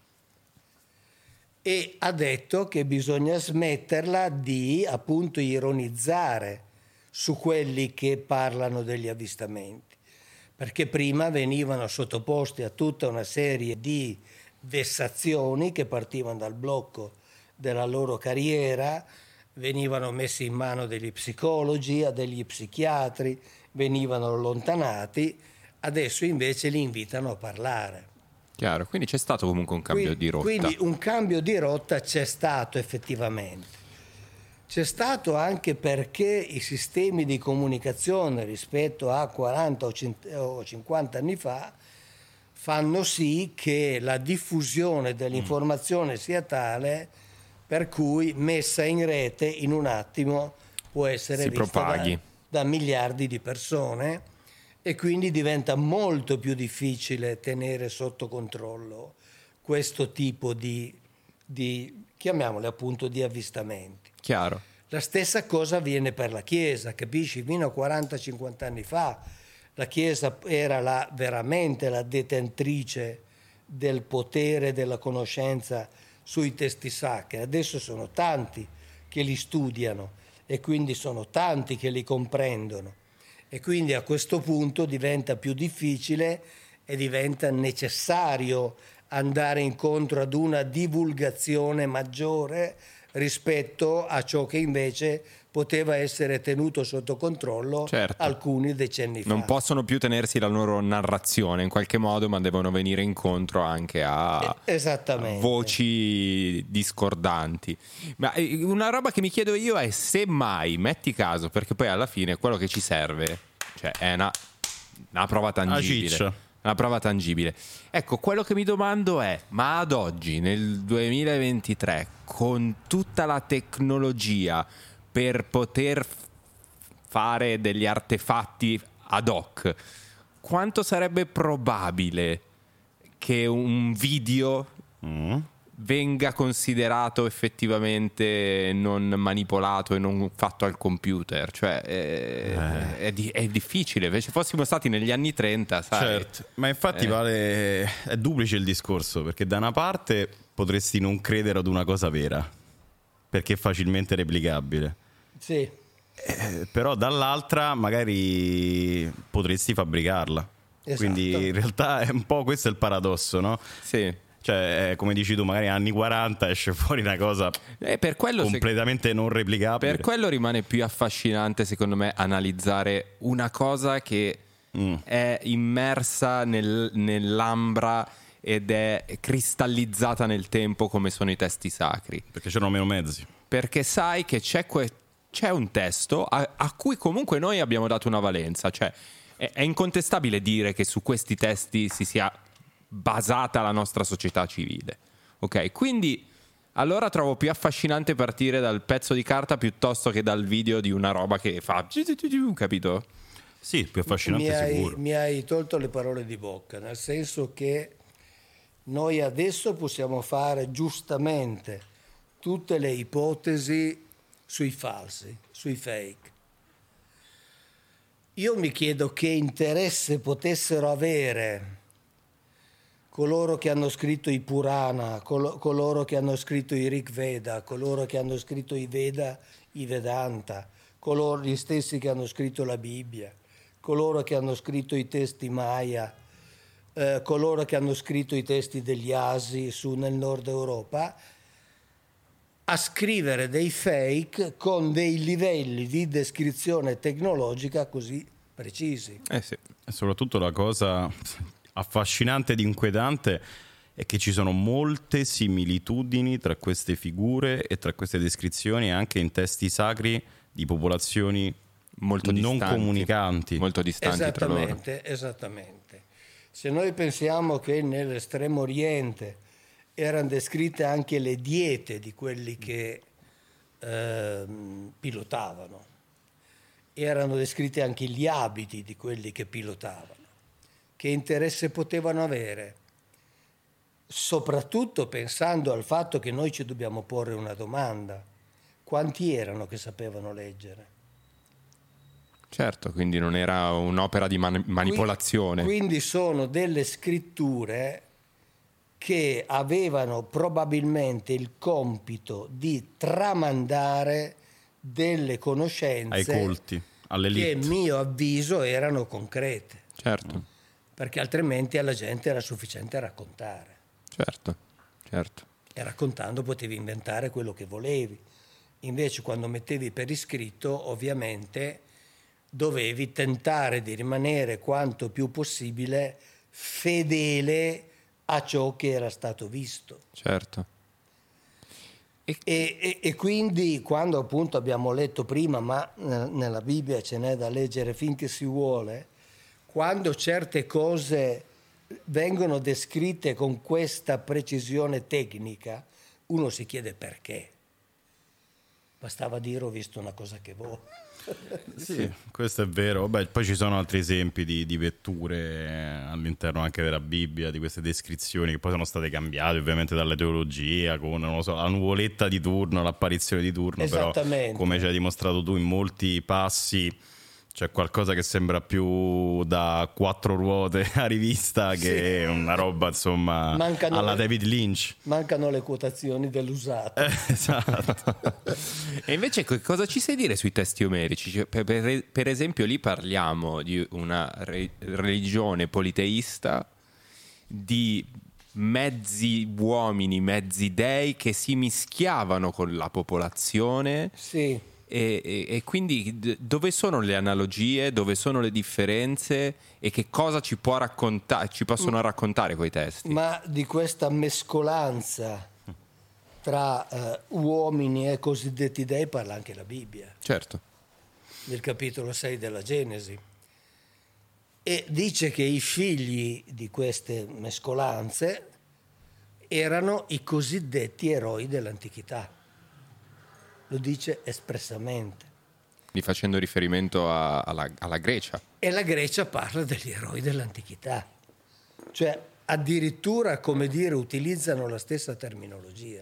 e ha detto che bisogna smetterla di appunto ironizzare su quelli che parlano degli avvistamenti, perché prima venivano sottoposti a tutta una serie di vessazioni che partivano dal blocco della loro carriera, venivano messi in mano degli psicologi, a degli psichiatri, venivano allontanati. Adesso invece li invitano a parlare. Chiaro, quindi c'è stato comunque un cambio di rotta. Quindi un cambio di rotta c'è stato effettivamente. C'è stato anche perché i sistemi di comunicazione rispetto a 40 o 50 anni fa fanno sì che la diffusione dell'informazione sia tale per cui messa in rete in un attimo può essere vista da miliardi di persone, e quindi diventa molto più difficile tenere sotto controllo questo tipo di chiamiamoli appunto di avvistamenti. Chiaro. La stessa cosa avviene per la Chiesa, capisci? Fino a 40-50 anni fa la Chiesa era veramente la detentrice del potere della conoscenza sui testi sacri. Adesso sono tanti che li studiano e quindi sono tanti che li comprendono, e quindi a questo punto diventa più difficile e diventa necessario andare incontro ad una divulgazione maggiore rispetto a ciò che invece poteva essere tenuto sotto controllo alcuni decenni fa. Non possono più tenersi la loro narrazione in qualche modo, ma devono venire incontro anche a voci discordanti. Ma una roba che mi chiedo io è se mai, metti caso, perché poi alla fine quello che ci serve, cioè è una prova tangibile. Una prova tangibile. Ecco, quello che mi domando è: ma ad oggi, nel 2023, con tutta la tecnologia per poter fare degli artefatti ad hoc, quanto sarebbe probabile che un video venga considerato effettivamente non manipolato e non fatto al computer? Cioè è difficile. Se fossimo stati negli anni 30, sai. Certo, ma infatti è duplice il discorso, perché da una parte potresti non credere ad una cosa vera perché è facilmente replicabile, sì. Però dall'altra magari potresti fabbricarla. Esatto. Quindi in realtà è un po' questo è il paradosso, no? Sì. Cioè, come dici tu, magari anni 40 esce fuori una cosa per quello completamente non replicabile. Per quello rimane più affascinante, secondo me, analizzare una cosa che è immersa nell'ambra ed è cristallizzata nel tempo, come sono i testi sacri. Perché c'erano meno mezzi. Perché sai che c'è un testo a cui comunque noi abbiamo dato una valenza. Cioè, è incontestabile dire che su questi testi si sia basata la nostra società civile, ok? Quindi allora trovo più affascinante partire dal pezzo di carta piuttosto che dal video di una roba che fa, capito? Sì, più affascinante sicuro. Mi hai tolto le parole di bocca, nel senso che noi adesso possiamo fare giustamente tutte le ipotesi sui falsi, sui fake. Io mi chiedo che interesse potessero avere coloro che hanno scritto i Purana, coloro che hanno scritto i Rig Veda, coloro che hanno scritto i Veda, i Vedanta, coloro gli stessi che hanno scritto la Bibbia, coloro che hanno scritto i testi Maya, coloro che hanno scritto i testi degli Asi nel nord Europa, a scrivere dei fake con dei livelli di descrizione tecnologica così precisi. Sì. E soprattutto la cosa affascinante ed inquietante è che ci sono molte similitudini tra queste figure e tra queste descrizioni anche in testi sacri di popolazioni molto non distanti, comunicanti. molto distanti tra loro. Esattamente. Se noi pensiamo che nell'estremo oriente erano descritte anche le diete di quelli che pilotavano, erano descritti anche gli abiti di quelli che pilotavano, che interesse potevano avere, soprattutto pensando al fatto che noi ci dobbiamo porre una domanda: quanti erano che sapevano leggere? Certo, quindi non era un'opera di manipolazione. Quindi sono delle scritture che avevano probabilmente il compito di tramandare delle conoscenze ai colti, all'elite, che a mio avviso erano concrete. Certo. Perché altrimenti alla gente era sufficiente raccontare. Certo. E raccontando potevi inventare quello che volevi. Invece quando mettevi per iscritto, ovviamente dovevi tentare di rimanere quanto più possibile fedele a ciò che era stato visto. Certo. E quindi quando appunto abbiamo letto prima, ma nella Bibbia ce n'è da leggere finché si vuole, quando certe cose vengono descritte con questa precisione tecnica, uno si chiede perché. Bastava dire: ho visto una cosa che volevo. Sì, questo è vero. Beh, poi ci sono altri esempi di vetture all'interno anche della Bibbia, di queste descrizioni che poi sono state cambiate ovviamente dalla teologia, con non lo so, la nuvoletta di turno, l'apparizione di turno, però come ci hai dimostrato tu in molti passi c'è qualcosa che sembra più da 4 ruote a rivista che una roba insomma alla David Lynch. Mancano le quotazioni dell'usato. Esatto. E invece cosa ci sai dire sui testi omerici? Cioè, per esempio lì parliamo di una religione politeista, di mezzi uomini, mezzi dei che si mischiavano con la popolazione. Sì. E quindi dove sono le analogie, dove sono le differenze e che cosa ci possono raccontare quei testi? Ma di questa mescolanza tra uomini e cosiddetti dei parla anche la Bibbia. Certo. Nel capitolo 6 della Genesi. E dice che i figli di queste mescolanze erano i cosiddetti eroi dell'antichità. Lo dice espressamente. Quindi facendo riferimento alla Grecia. E la Grecia parla degli eroi dell'antichità. Cioè, addirittura, come dire, utilizzano la stessa terminologia.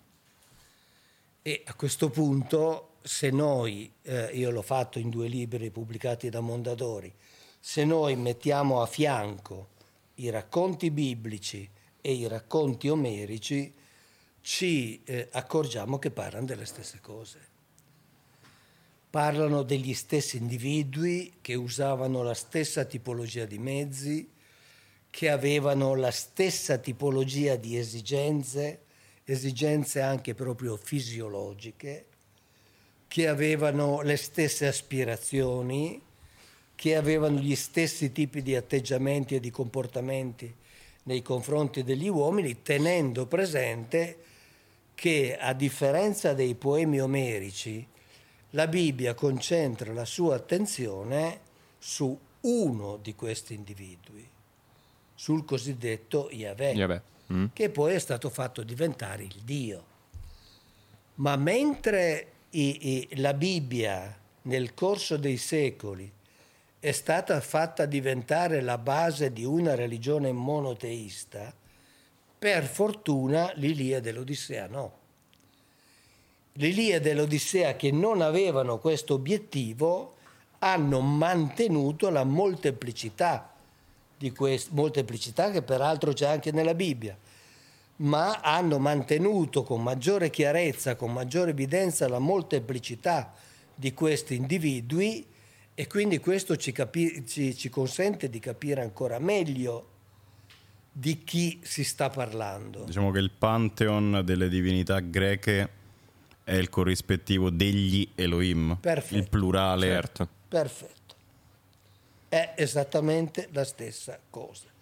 E a questo punto, se noi, io l'ho fatto in 2 libri pubblicati da Mondadori, se noi mettiamo a fianco i racconti biblici e i racconti omerici, ci accorgiamo che parlano delle stesse cose. Parlano degli stessi individui che usavano la stessa tipologia di mezzi, che avevano la stessa tipologia di esigenze anche proprio fisiologiche, che avevano le stesse aspirazioni, che avevano gli stessi tipi di atteggiamenti e di comportamenti nei confronti degli uomini, tenendo presente che, a differenza dei poemi omerici, la Bibbia concentra la sua attenzione su uno di questi individui, sul cosiddetto Yahweh, che poi è stato fatto diventare il Dio. Ma mentre la Bibbia nel corso dei secoli è stata fatta diventare la base di una religione monoteista, per fortuna l'Iliade e l'Odissea no. L'Iliade e l'Odissea, che non avevano questo obiettivo, hanno mantenuto la molteplicità molteplicità che peraltro c'è anche nella Bibbia, ma hanno mantenuto con maggiore chiarezza, con maggiore evidenza la molteplicità di questi individui, e quindi questo ci consente di capire ancora meglio di chi si sta parlando. Diciamo che il pantheon delle divinità greche è il corrispettivo degli Elohim. Perfetto. Il plurale. Certo. Perfetto. È esattamente la stessa cosa.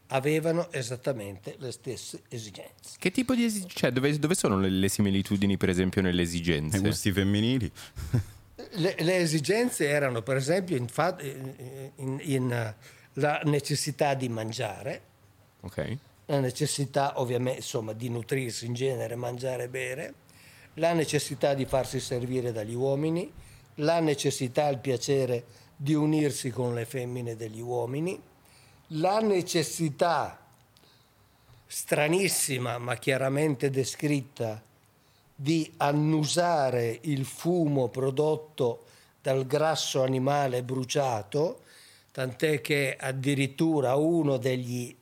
avevano esattamente le stesse esigenze. Che tipo di cioè dove sono le similitudini, per esempio, nelle esigenze? I gusti femminili. Le esigenze erano, per esempio, la necessità di mangiare, Ok. la necessità ovviamente insomma di nutrirsi in genere, mangiare e bere, la necessità di farsi servire dagli uomini, la necessità e il piacere di unirsi con le femmine degli uomini, la necessità stranissima ma chiaramente descritta di annusare il fumo prodotto dal grasso animale bruciato, tant'è che addirittura uno degli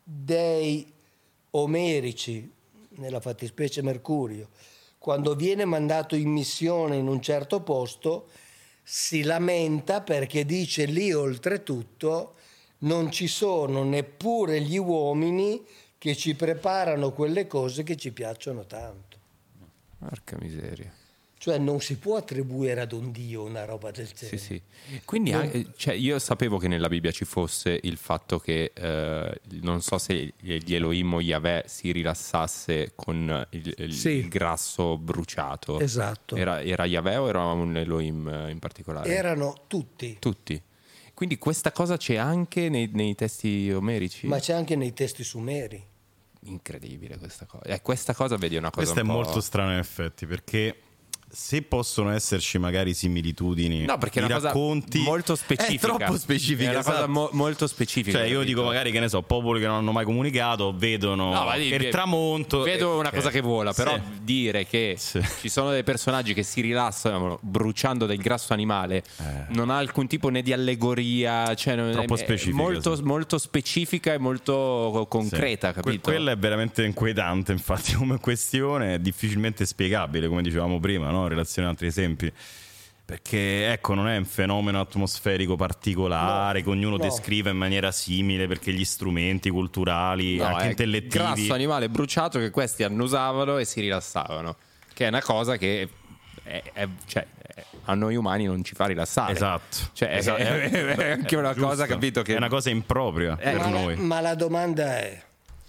dei omerici, nella fattispecie Mercurio, quando viene mandato in missione in un certo posto, si lamenta perché dice lì oltretutto non ci sono neppure gli uomini che ci preparano quelle cose che ci piacciono tanto. Porca miseria. Cioè non si può attribuire ad un dio una roba del genere. Sì. Quindi cioè, io sapevo che nella Bibbia ci fosse il fatto che non so se gli Elohim o Yahweh si rilassasse con il grasso bruciato. Esatto. Era Yahweh o era un Elohim in particolare? Erano tutti. Quindi questa cosa c'è anche nei testi omerici? Ma c'è anche nei testi sumeri. Incredibile questa cosa. Questa cosa, vedi, è una cosa Questo un è po'... molto strano in effetti, perché se possono esserci magari similitudini, no, perché è una racconti, cosa molto specifica. È troppo specifica. È una cosa molto specifica. Cioè, io dico magari, che ne so, popoli che non hanno mai comunicato vedono il tramonto. Vedo una cosa che vola, però dire che ci sono dei personaggi che si rilassano bruciando del grasso animale non ha alcun tipo né di allegoria, cioè troppo specifica, molto specifica e molto concreta, capito? Quella è veramente inquietante, infatti, come questione, è difficilmente spiegabile, come dicevamo prima, no? In relazione ad altri esempi, perché ecco, non è un fenomeno atmosferico particolare che ognuno descrive in maniera simile, perché gli strumenti culturali, anche intellettivi, grasso animale bruciato che questi annusavano e si rilassavano, che è una cosa che cioè, a noi umani non ci fa rilassare. Esatto. Cioè, è anche una cosa, capito, che è una cosa impropria per noi. Ma la domanda è: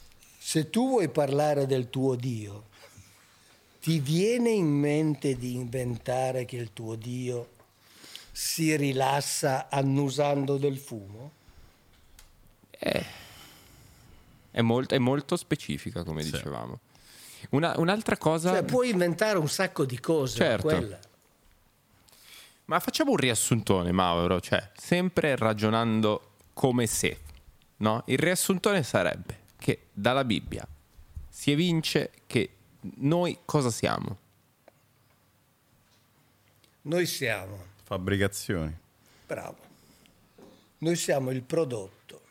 se tu vuoi parlare del tuo Dio, ti viene in mente di inventare che il tuo Dio si rilassa annusando del fumo? È molto specifica, come dicevamo. Un'altra cosa... Cioè, puoi inventare un sacco di cose. Certo. Quella. Ma facciamo un riassuntone, Mauro, cioè sempre ragionando come se, no? Il riassuntone sarebbe che dalla Bibbia si evince che noi cosa siamo? Noi siamo fabbricazioni. Bravo. Noi siamo il prodotto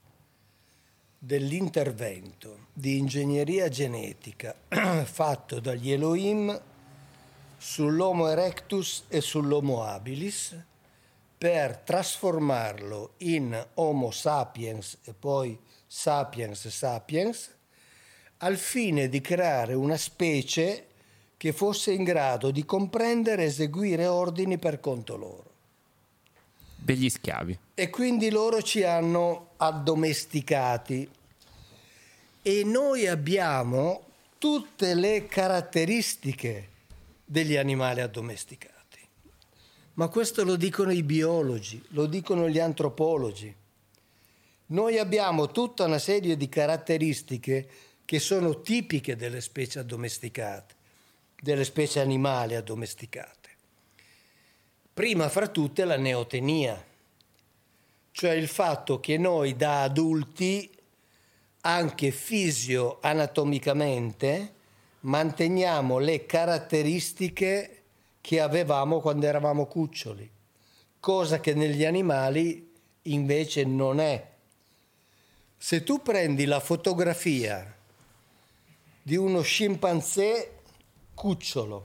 dell'intervento di ingegneria genetica fatto dagli Elohim sull'Homo erectus e sull'Homo habilis per trasformarlo in Homo sapiens e poi sapiens sapiens, al fine di creare una specie che fosse in grado di comprendere e eseguire ordini per conto loro. Degli schiavi. E quindi loro ci hanno addomesticati e noi abbiamo tutte le caratteristiche degli animali addomesticati. Ma questo lo dicono i biologi, lo dicono gli antropologi. Noi abbiamo tutta una serie di caratteristiche che sono tipiche delle specie addomesticate, delle specie animali addomesticate. Prima fra tutte la neotenia, cioè il fatto che noi da adulti, anche fisio-anatomicamente, manteniamo le caratteristiche che avevamo quando eravamo cuccioli, cosa che negli animali invece non è. Se tu prendi la fotografia di uno scimpanzé cucciolo,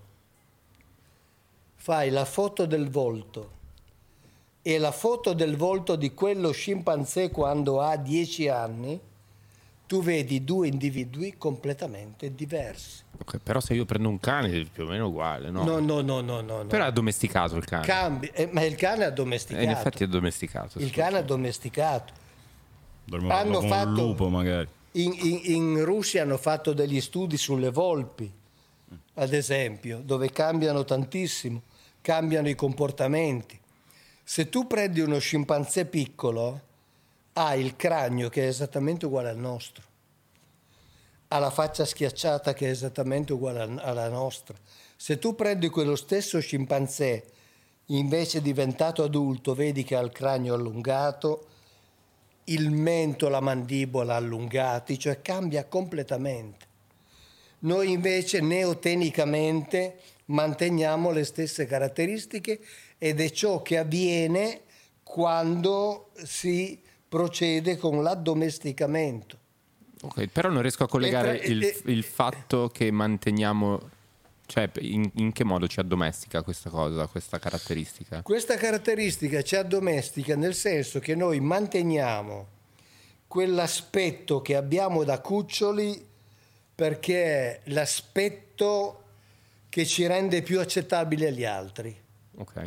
fai la foto del volto e la foto del volto di quello scimpanzé quando ha 10 anni, tu vedi due individui completamente diversi. Okay, però se io prendo un cane è più o meno uguale, no? No. Però è addomesticato il cane. Ma il cane è addomesticato. In effetti è addomesticato. Il cane è addomesticato. Dormiamo con un lupo magari. In Russia hanno fatto degli studi sulle volpi, ad esempio, dove cambiano tantissimo, cambiano i comportamenti. Se tu prendi uno scimpanzé piccolo, ha il cranio che è esattamente uguale al nostro, ha la faccia schiacciata che è esattamente uguale alla nostra. Se tu prendi quello stesso scimpanzé, invece diventato adulto, vedi che ha il cranio allungato, il mento, la mandibola allungati, cioè cambia completamente. Noi invece neotenicamente manteniamo le stesse caratteristiche ed è ciò che avviene quando si procede con l'addomesticamento. Ok, però non riesco a collegare il fatto che manteniamo, cioè in che modo ci addomestica questa cosa, questa caratteristica? Questa caratteristica ci addomestica nel senso che noi manteniamo quell'aspetto che abbiamo da cuccioli, perché è l'aspetto che ci rende più accettabili agli altri. Ok.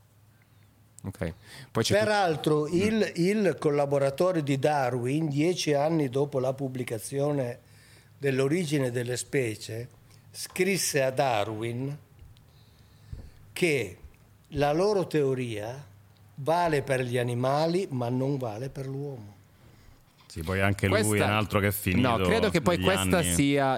Poi c'è Peraltro il collaboratore di Darwin, 10 anni dopo la pubblicazione dell'origine delle specie, scrisse a Darwin che la loro teoria vale per gli animali ma non vale per l'uomo. Sì, poi anche lui è un altro che è finito. No, credo che poi questa anni. sia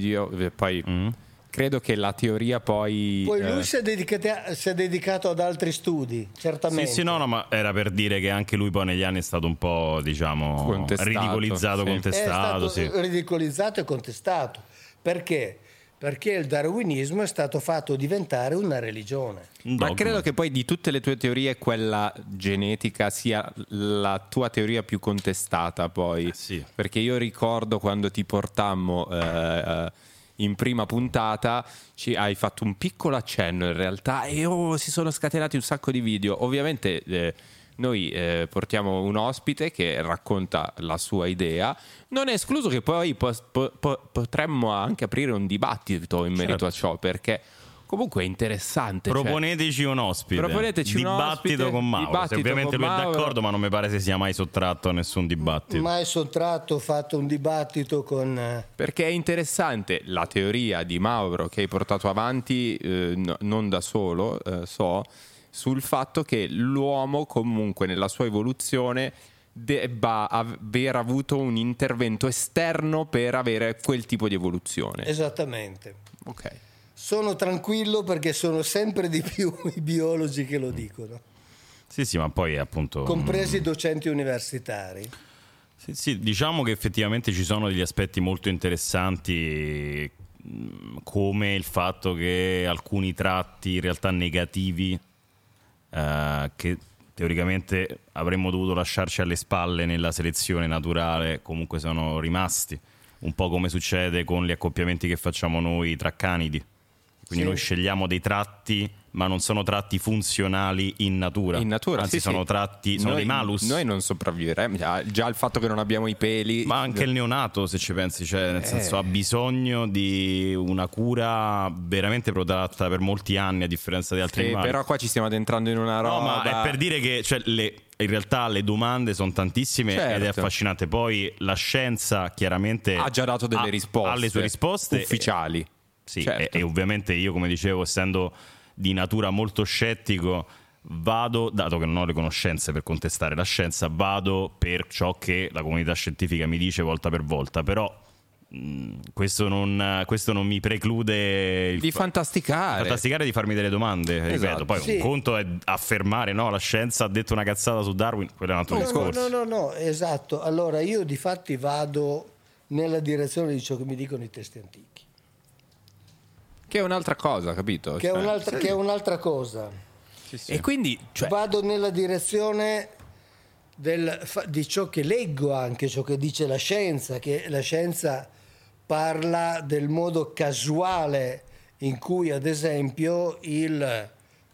credo che la teoria poi lui si è dedicato ad altri studi, certamente. Sì, no, ma era per dire che anche lui poi negli anni è stato un po', diciamo, contestato, ridicolizzato, sì. contestato. È stato ridicolizzato e contestato. Perché? Perché il darwinismo è stato fatto diventare una religione. Ma credo che poi di tutte le tue teorie quella genetica sia la tua teoria più contestata poi. Sì. Perché io ricordo quando ti portammo in prima puntata hai fatto un piccolo accenno in realtà e si sono scatenati un sacco di video. Ovviamente noi portiamo un ospite che racconta la sua idea. Non è escluso che poi potremmo anche aprire un dibattito in merito a ciò, perché comunque è interessante. Proponeteci un ospite. Proponeteci un dibattito ospite, con Mauro. dibattito Ovviamente con lui è Mauro. d'accordo, ma non mi pare si sia mai sottratto a nessun dibattito. Mai sottratto, ho fatto un dibattito con... Perché è interessante la teoria di Mauro che hai portato avanti, non da solo, sul fatto che l'uomo comunque nella sua evoluzione debba aver avuto un intervento esterno per avere quel tipo di evoluzione. Esattamente. Ok. Sono tranquillo perché sono sempre di più i biologi che lo dicono. Sì, ma poi appunto... Compresi i docenti universitari. Sì, diciamo che effettivamente ci sono degli aspetti molto interessanti, come il fatto che alcuni tratti in realtà negativi che teoricamente avremmo dovuto lasciarci alle spalle nella selezione naturale comunque sono rimasti, un po' come succede con gli accoppiamenti che facciamo noi tra canidi. Quindi noi scegliamo dei tratti, ma non sono tratti funzionali in natura. Anzi, sono tratti, sono dei malus. Noi non sopravviveremo. Già il fatto che non abbiamo i peli. Ma anche il neonato, se ci pensi, cioè, nel senso, ha bisogno di una cura veramente protratta per molti anni, a differenza di altri animali. Però qua ci stiamo addentrando in una roba. No, ma è per dire che in realtà le domande sono tantissime, ed è affascinante. Poi la scienza chiaramente ha già dato delle risposte. Ha le sue risposte ufficiali. Sì, e ovviamente io, come dicevo, essendo di natura molto scettico, dato che non ho le conoscenze per contestare la scienza, vado per ciò che la comunità scientifica mi dice volta per volta. Però questo non mi preclude di fantasticare, di farmi delle domande. Esatto. Ripeto, poi un conto è affermare no, la scienza ha detto una cazzata su Darwin, quello è un altro discorso. No, esatto. Allora io di fatti vado nella direzione di ciò che mi dicono i testi antichi. Che è un'altra cosa, capito? Che è un'altra cosa. Sì. E quindi vado nella direzione di ciò che leggo, anche ciò che dice la scienza, che la scienza parla del modo casuale in cui, ad esempio, il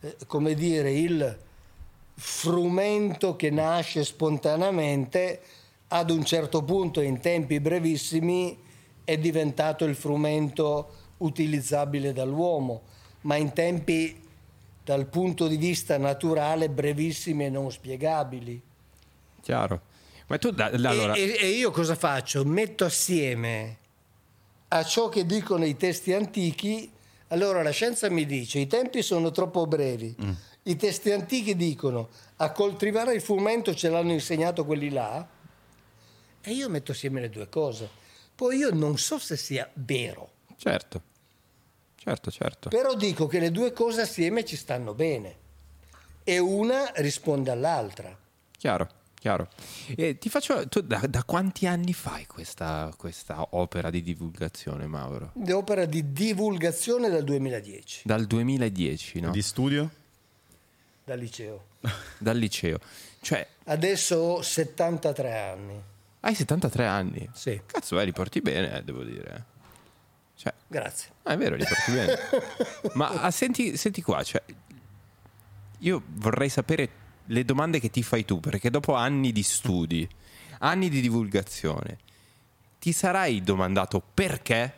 frumento che nasce spontaneamente ad un certo punto, in tempi brevissimi, è diventato il frumento utilizzabile dall'uomo, ma in tempi dal punto di vista naturale brevissimi e non spiegabili. Chiaro. Ma tu allora... e io cosa faccio? Metto assieme a ciò che dicono i testi antichi. Allora la scienza mi dice i tempi sono troppo brevi. I testi antichi dicono a coltivare il frumento ce l'hanno insegnato quelli là, e io metto assieme le due cose. Poi io non so se sia vero. Certo. Però dico che le due cose assieme ci stanno bene e una risponde all'altra. Chiaro. E ti faccio, tu da quanti anni fai questa opera di divulgazione, Mauro? L'opera di divulgazione dal 2010. Dal 2010, no? Di studio? Dal liceo. Dal liceo. Cioè, Adesso ho 73 anni. hai 73 anni? Sì. Cazzo, li porti bene, devo dire. Cioè, Grazie. è vero, li porti bene. Ma senti qua, cioè, io vorrei sapere le domande che ti fai tu, perché dopo anni di studi, anni di divulgazione, ti sarai domandato perché?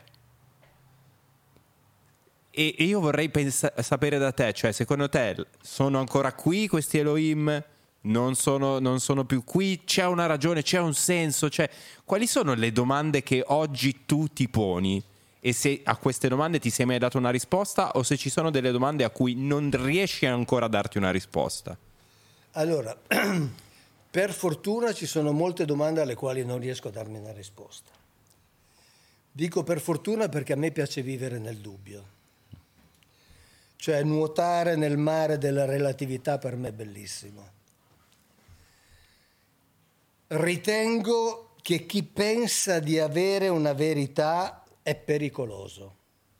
E io vorrei sapere da te, cioè, secondo te sono ancora qui questi Elohim? Non sono più qui? C'è una ragione, c'è un senso? Cioè, quali sono le domande che oggi tu ti poni? E se a queste domande ti sei mai dato una risposta, o se ci sono delle domande a cui non riesci ancora a darti una risposta? Allora, per fortuna ci sono molte domande alle quali non riesco a darmi una risposta. Dico per fortuna perché a me piace vivere nel dubbio. Cioè nuotare nel mare della relatività per me è bellissimo. Ritengo che chi pensa di avere una verità è pericoloso.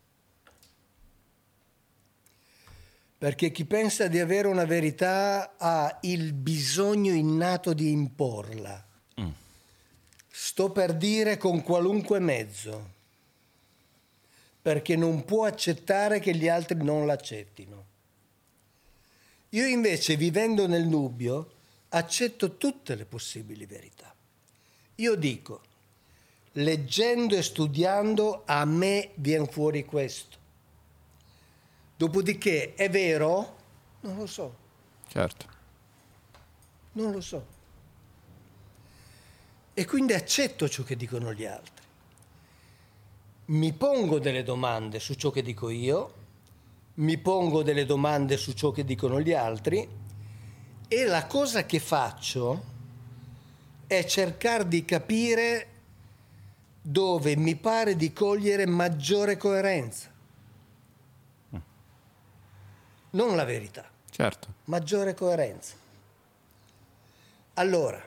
Perché chi pensa di avere una verità ha il bisogno innato di imporla. Sto per dire con qualunque mezzo, perché non può accettare che gli altri non l'accettino. Io invece, vivendo nel dubbio, accetto tutte le possibili verità. Io dico, leggendo e studiando, a me viene fuori questo. Dopodiché, è vero? Non lo so. Certo. Non lo so. E quindi accetto ciò che dicono gli altri. Mi pongo delle domande su ciò che dico io, mi pongo delle domande su ciò che dicono gli altri, e la cosa che faccio è cercare di capire dove mi pare di cogliere maggiore coerenza. Non la verità. Certo. Maggiore coerenza. Allora,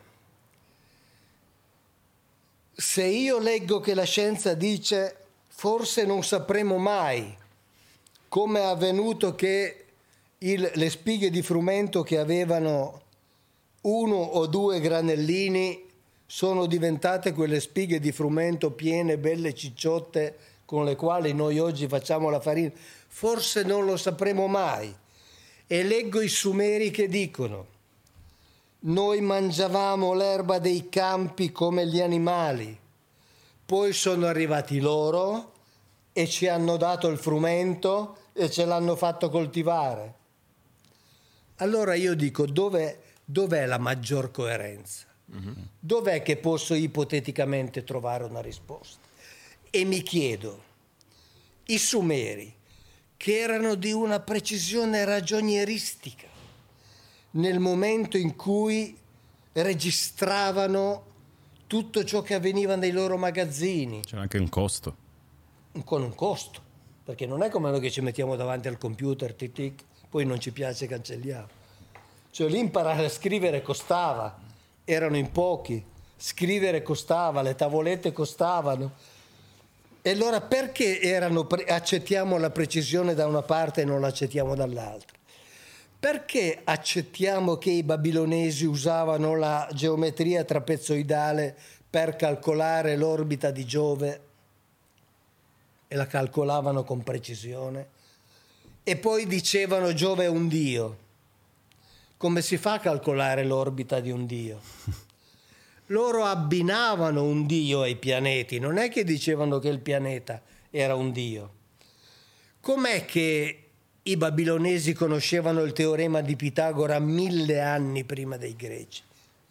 se io leggo che la scienza dice forse non sapremo mai come è avvenuto che le spighe di frumento che avevano 1 o 2 granellini sono diventate quelle spighe di frumento piene, belle cicciotte con le quali noi oggi facciamo la farina, forse non lo sapremo mai. E leggo i Sumeri che dicono: noi mangiavamo l'erba dei campi come gli animali, poi sono arrivati loro e ci hanno dato il frumento e ce l'hanno fatto coltivare. Allora io dico, dov'è la maggior coerenza? Dov'è che posso ipoteticamente trovare una risposta? E mi chiedo, i Sumeri, che erano di una precisione ragionieristica nel momento in cui registravano tutto ciò che avveniva nei loro magazzini. C'è anche un costo. Con un costo, perché non è come noi che ci mettiamo davanti al computer, tic tic, poi non ci piace, cancelliamo. Cioè lì imparare a scrivere costava, erano in pochi, scrivere costava, le tavolette costavano. E allora perché accettiamo la precisione da una parte e non l'accettiamo dall'altra? Perché accettiamo che i babilonesi usavano la geometria trapezoidale per calcolare l'orbita di Giove e la calcolavano con precisione? E poi dicevano Giove è un dio. Come si fa a calcolare l'orbita di un dio? Loro abbinavano un dio ai pianeti, non è che dicevano che il pianeta era un dio. Com'è che i babilonesi conoscevano il teorema di Pitagora 1000 anni prima dei greci?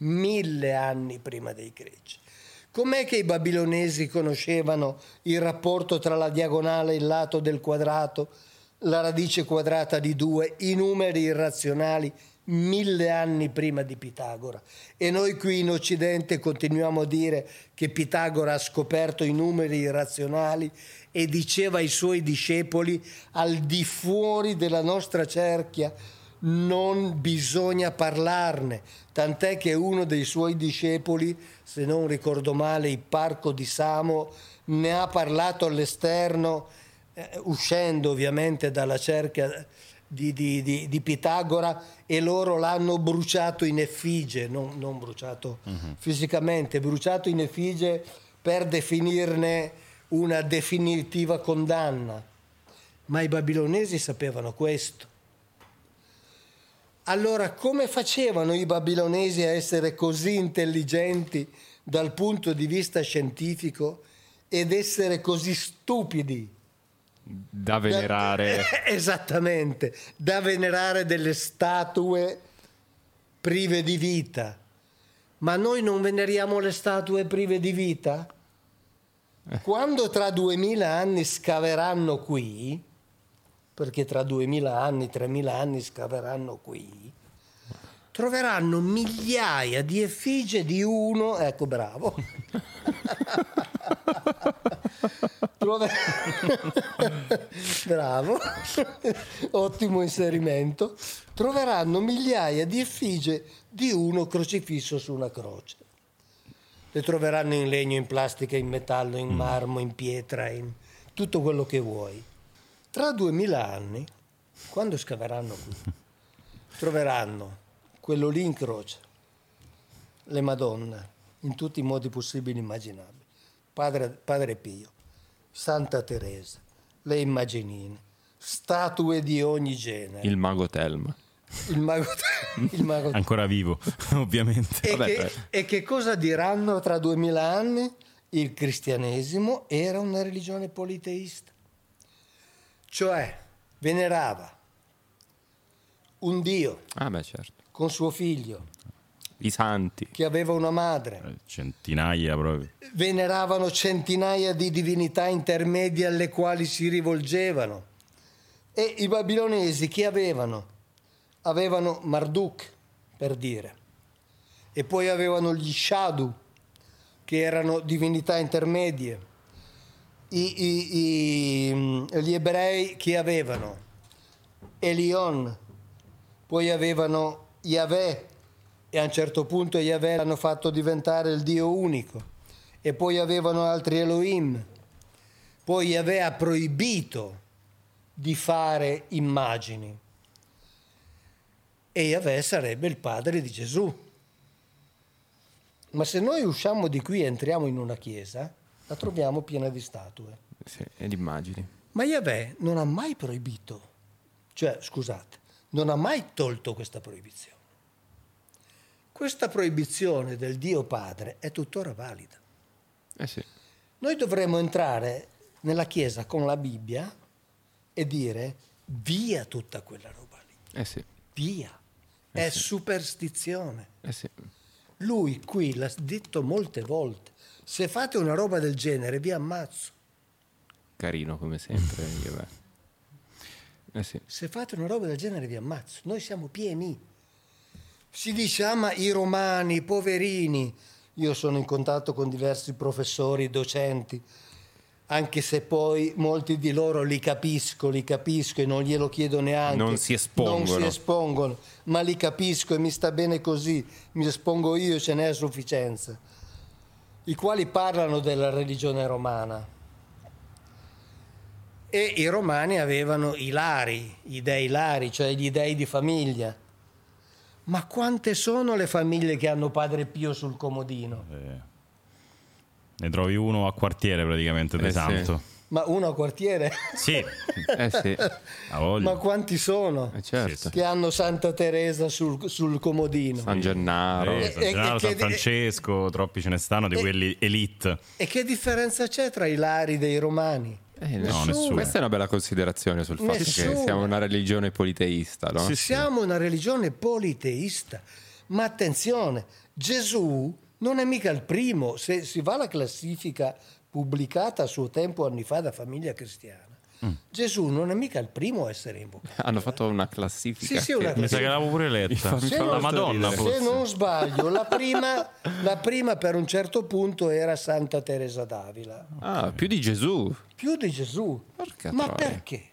1000 anni prima dei greci. Com'è che i babilonesi conoscevano il rapporto tra la diagonale e il lato del quadrato, la radice quadrata di 2, i numeri irrazionali 1000 anni prima di Pitagora? E noi qui in Occidente continuiamo a dire che Pitagora ha scoperto i numeri irrazionali e diceva ai suoi discepoli: al di fuori della nostra cerchia non bisogna parlarne, tant'è che uno dei suoi discepoli, se non ricordo male Ipparco di Samo, ne ha parlato all'esterno, uscendo ovviamente dalla cerchia di Pitagora, e loro l'hanno bruciato in effigie, non bruciato fisicamente, bruciato in effigie per definirne una definitiva condanna. Ma i babilonesi sapevano questo. Allora, come facevano i babilonesi a essere così intelligenti dal punto di vista scientifico ed essere così stupidi da venerare? Esattamente, da venerare delle statue prive di vita. Ma noi non veneriamo le statue prive di vita? Quando tra 2000 anni scaveranno qui, perché tra 2000 anni, 3000 anni scaveranno qui, troveranno migliaia di effigie di uno, ecco, bravo. Bravo, ottimo inserimento. Troveranno migliaia di effigie di uno crocifisso su una croce. Le troveranno in legno, in plastica, in metallo, in marmo, in pietra, in tutto quello che vuoi. Tra 2000 anni, quando scaveranno qui, troveranno quello lì in croce, le Madonne, in tutti i modi possibili e immaginabili, Padre Pio, Santa Teresa, le Immaginine, statue di ogni genere. Il mago Telma. Il mago ancora vivo, ovviamente. E che cosa diranno tra 2000 anni? Il cristianesimo era una religione politeista. Cioè venerava un Dio certo. con suo figlio, i santi, che aveva una madre, centinaia proprio. Veneravano centinaia di divinità intermedie alle quali si rivolgevano. E i babilonesi che avevano Marduk, per dire, e poi avevano gli Shadu, che erano divinità intermedie. Gli ebrei che avevano Elion, poi avevano Yahweh, e a un certo punto Yahweh l'hanno fatto diventare il Dio unico, e poi avevano altri Elohim. Poi Yahweh ha proibito di fare immagini, e Yahweh sarebbe il padre di Gesù. Ma se noi usciamo di qui e entriamo in una chiesa, la troviamo piena di statue. Sì, e di immagini. Ma Yahweh non ha mai proibito, non ha mai tolto questa proibizione. Questa proibizione del Dio Padre è tuttora valida. Sì. Noi dovremmo entrare nella chiesa con la Bibbia e dire: via tutta quella roba lì. Sì. Via. È superstizione. Sì. Lui qui l'ha detto molte volte: se fate una roba del genere vi ammazzo. Carino come sempre. Sì. Se fate una roba del genere vi ammazzo. Noi siamo pieni. Si dice: ma i romani, i poverini. Io sono in contatto con diversi professori, docenti, anche se poi molti di loro li capisco e non glielo chiedo neanche. Non si espongono, ma li capisco e mi sta bene così, mi espongo io, ce n'è a sufficienza. I quali parlano della religione romana. E i romani avevano i lari, i dei lari, cioè gli dei di famiglia. Ma quante sono le famiglie che hanno Padre Pio sul comodino? Ne trovi uno a quartiere praticamente di santo. Sì. Ma uno a quartiere? Sì. Sì. Ma quanti sono certo. che hanno Santa Teresa sul comodino? San Gennaro. San Francesco, troppi ce ne stanno di quelli elite. E che differenza c'è tra i lari dei romani? Nessuno. Questa è una bella considerazione sul fatto che siamo una religione politeista, no? Siamo una religione politeista, Ma attenzione, Gesù non è mica il primo. Se si va alla classifica pubblicata a suo tempo anni fa da Famiglia Cristiana, Gesù non è mica il primo a essere invocato. Hanno fatto una classifica. Sì, una Mi sa che l'avevo pure letta. La Madonna, forse. Se non sbaglio, la prima per un certo punto era Santa Teresa d'Avila. Ah, più di Gesù. Più di Gesù. Porca Ma troia. perché?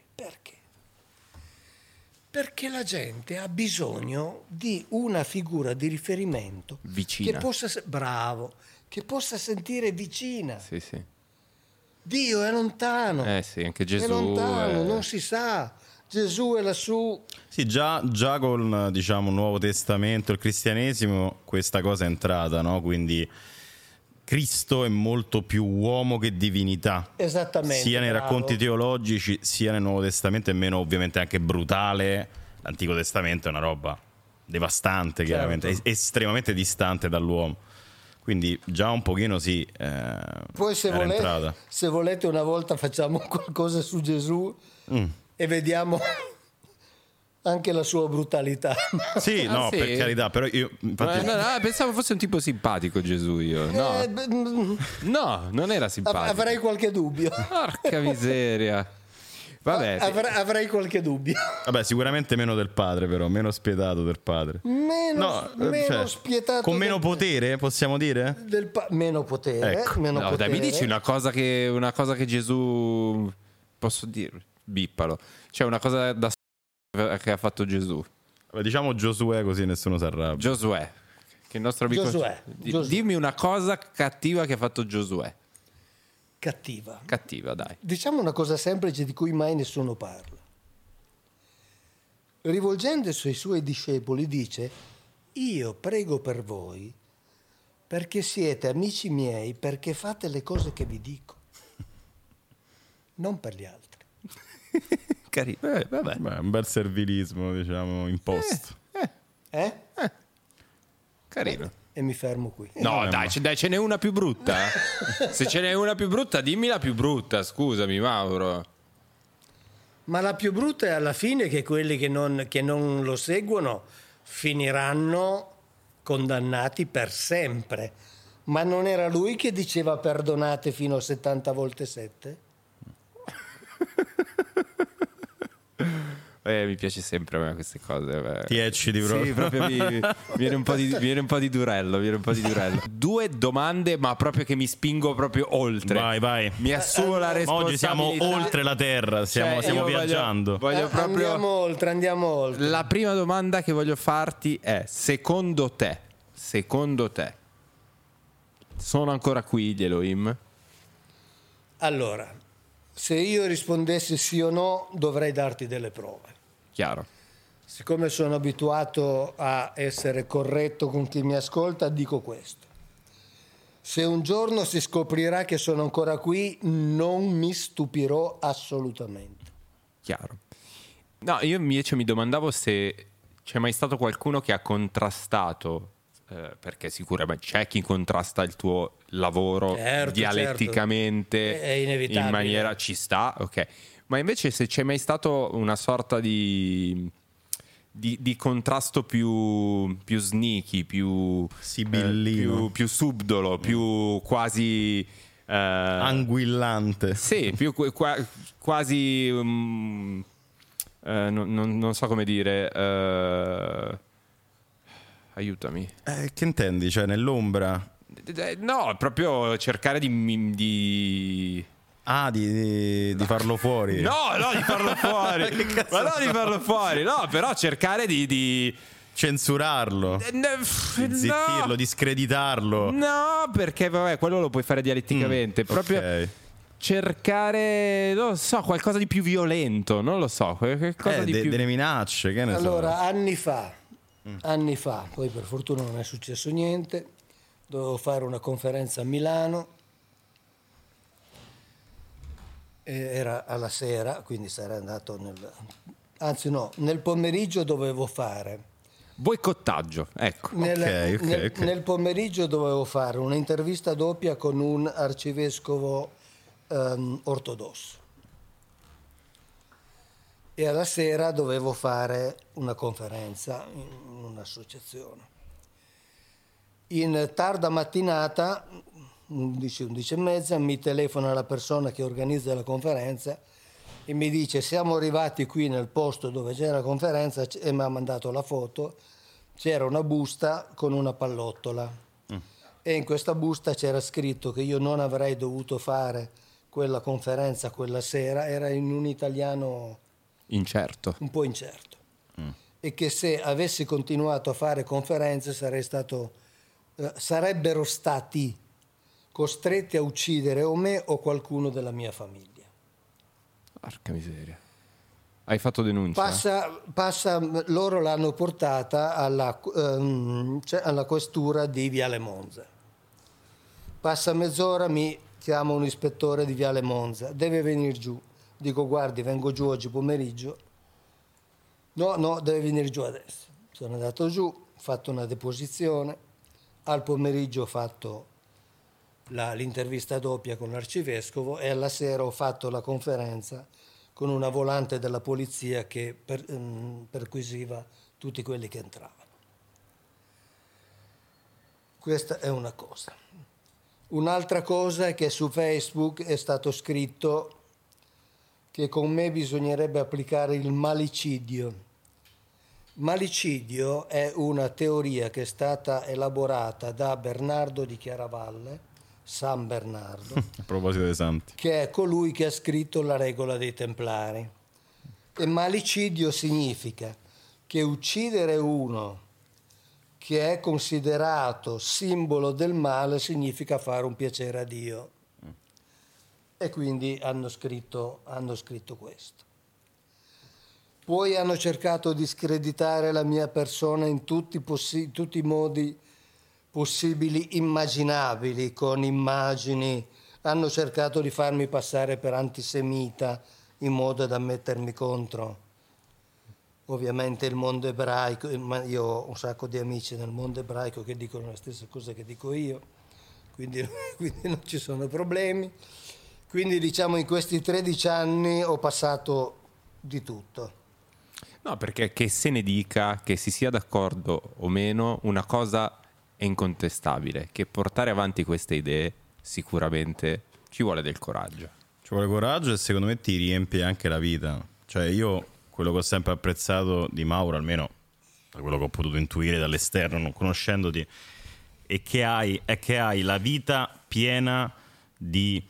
Perché la gente ha bisogno di una figura di riferimento Vicina. che possa bravo, che possa sentire vicina. Sì, sì. Dio è lontano. Sì, anche Gesù. È lontano, non si sa. Gesù è lassù. Sì, già con diciamo Nuovo Testamento, il cristianesimo, questa cosa è entrata, no? Quindi Cristo è molto più uomo che divinità. Esattamente. Sia nei bravo. racconti teologici, sia nel Nuovo Testamento, è meno ovviamente anche brutale. L'Antico Testamento è una roba devastante, chiaramente, Certo. estremamente distante dall'uomo. Quindi già un pochino sì, Poi era entrata. se volete una volta facciamo qualcosa su Gesù e vediamo anche la sua brutalità. Sì, Ah, no, sì? per carità, però io infatti No, pensavo fosse un tipo simpatico Gesù io. No, no, non era simpatico. Avrei qualche dubbio. Porca miseria. Vabbè, Avrei qualche dubbio. vabbè, sicuramente meno del padre, però, meno spietato del padre. Meno Cioè, spietato. con meno potere, possiamo dire? Meno potere. Ecco. Meno no, dai, potere. mi dici una cosa che Gesù, posso dire, bippalo. Cioè una cosa da che ha fatto Gesù. Vabbè, diciamo Giosuè, così nessuno si arrabbia. Giosuè, che il nostro amico. Giosuè. Dimmi una cosa cattiva che ha fatto Giosuè. Cattiva. Cattiva, dai. Diciamo una cosa semplice di cui mai nessuno parla. Rivolgendosi ai suoi discepoli dice: io prego per voi perché siete amici miei, perché fate le cose che vi dico, non per gli altri. Carino. Vabbè. Beh, un bel servilismo, diciamo, imposto. Carino. E mi fermo qui. No, dai, ce n'è una più brutta. Se ce n'è una più brutta, dimmi la più brutta, scusami, Mauro. Ma la più brutta è alla fine che quelli che non lo seguono finiranno condannati per sempre. Ma non era lui che diceva perdonate fino a 70 volte 7? Mi piace sempre a me queste cose. Ti ecciti proprio. Sì, proprio mi viene un po' di durello, Due domande, ma proprio che mi spingo proprio oltre. Vai. Mi assumo la Ma responsabilità. oggi siamo oltre la terra, stiamo Cioè, io viaggiando. Voglio proprio. Andiamo oltre. La prima domanda che voglio farti è: secondo te, sono ancora qui gli Elohim? Allora, se io rispondessi sì o no, dovrei darti delle prove. Chiaro. Siccome sono abituato a essere corretto con chi mi ascolta, dico questo. Se un giorno si scoprirà che sono ancora qui, non mi stupirò assolutamente. Chiaro. No, io invece mi domandavo se c'è mai stato qualcuno che ha contrastato, perché sicuramente c'è chi contrasta il tuo lavoro Certo, dialetticamente, È inevitabile. in maniera ci sta, ok. Ma invece se c'è mai stato una sorta di contrasto più sneaky, più Sibillino. più subdolo, più quasi Anguillante. sì, più quasi non so come dire, aiutami. Che intendi? Cioè, nell'ombra? No, proprio cercare di Ah, di farlo fuori. No, di farlo fuori. Ma no, di farlo fuori. No, però cercare di Censurarlo. Di zittirlo, di screditarlo. No, perché vabbè, quello lo puoi fare dialetticamente. Proprio Ok. cercare, non so, qualcosa di più violento. Non lo so, qualcosa di più. Delle minacce, che ne so. Allora, anni fa, poi per fortuna non è successo niente, dovevo fare una conferenza a Milano, era alla sera, quindi sarei andato nel pomeriggio dovevo fare. Boicottaggio, ecco. Nel pomeriggio dovevo fare un'intervista doppia con un arcivescovo ortodosso e alla sera dovevo fare una conferenza in un'associazione. In tarda mattinata, 11, 11 e mezza, mi telefona la persona che organizza la conferenza e mi dice: siamo arrivati qui nel posto dove c'era la conferenza, e mi ha mandato la foto. C'era una busta con una pallottola e in questa busta c'era scritto che io non avrei dovuto fare quella conferenza quella sera, era in un italiano incerto, un po' incerto, e che se avessi continuato a fare conferenze sarebbero stati costretti a uccidere o me o qualcuno della mia famiglia. Porca miseria. Hai fatto denuncia? Loro l'hanno portata alla questura di Viale Monza. Passa mezz'ora, mi chiama un ispettore di Viale Monza, deve venire giù. Dico: guardi, vengo giù oggi pomeriggio. No, deve venire giù adesso. Sono andato giù, ho fatto una deposizione, al pomeriggio ho fatto l'intervista doppia con l'arcivescovo e alla sera ho fatto la conferenza con una volante della polizia che perquisiva tutti quelli che entravano. Questa è una cosa. Un'altra cosa è che su Facebook è stato scritto che con me bisognerebbe applicare il malicidio. Malicidio è una teoria che è stata elaborata da Bernardo di Chiaravalle, San Bernardo, a proposito dei santi, che è colui che ha scritto la regola dei Templari. E malicidio significa che uccidere uno che è considerato simbolo del male significa fare un piacere a Dio. E quindi hanno scritto questo. Poi hanno cercato di screditare la mia persona in tutti i modi possibili, immaginabili, con immagini. Hanno cercato di farmi passare per antisemita in modo da mettermi contro ovviamente il mondo ebraico, ma io ho un sacco di amici nel mondo ebraico che dicono la stessa cosa che dico io, quindi non ci sono problemi. Quindi diciamo in questi 13 anni ho passato di tutto. No, perché che se ne dica, che si sia d'accordo o meno, una cosa è incontestabile, che portare avanti queste idee sicuramente ci vuole del coraggio. Ci vuole coraggio e secondo me ti riempie anche la vita. Cioè io quello che ho sempre apprezzato di Mauro, almeno da quello che ho potuto intuire dall'esterno, non conoscendoti, è che hai la vita piena di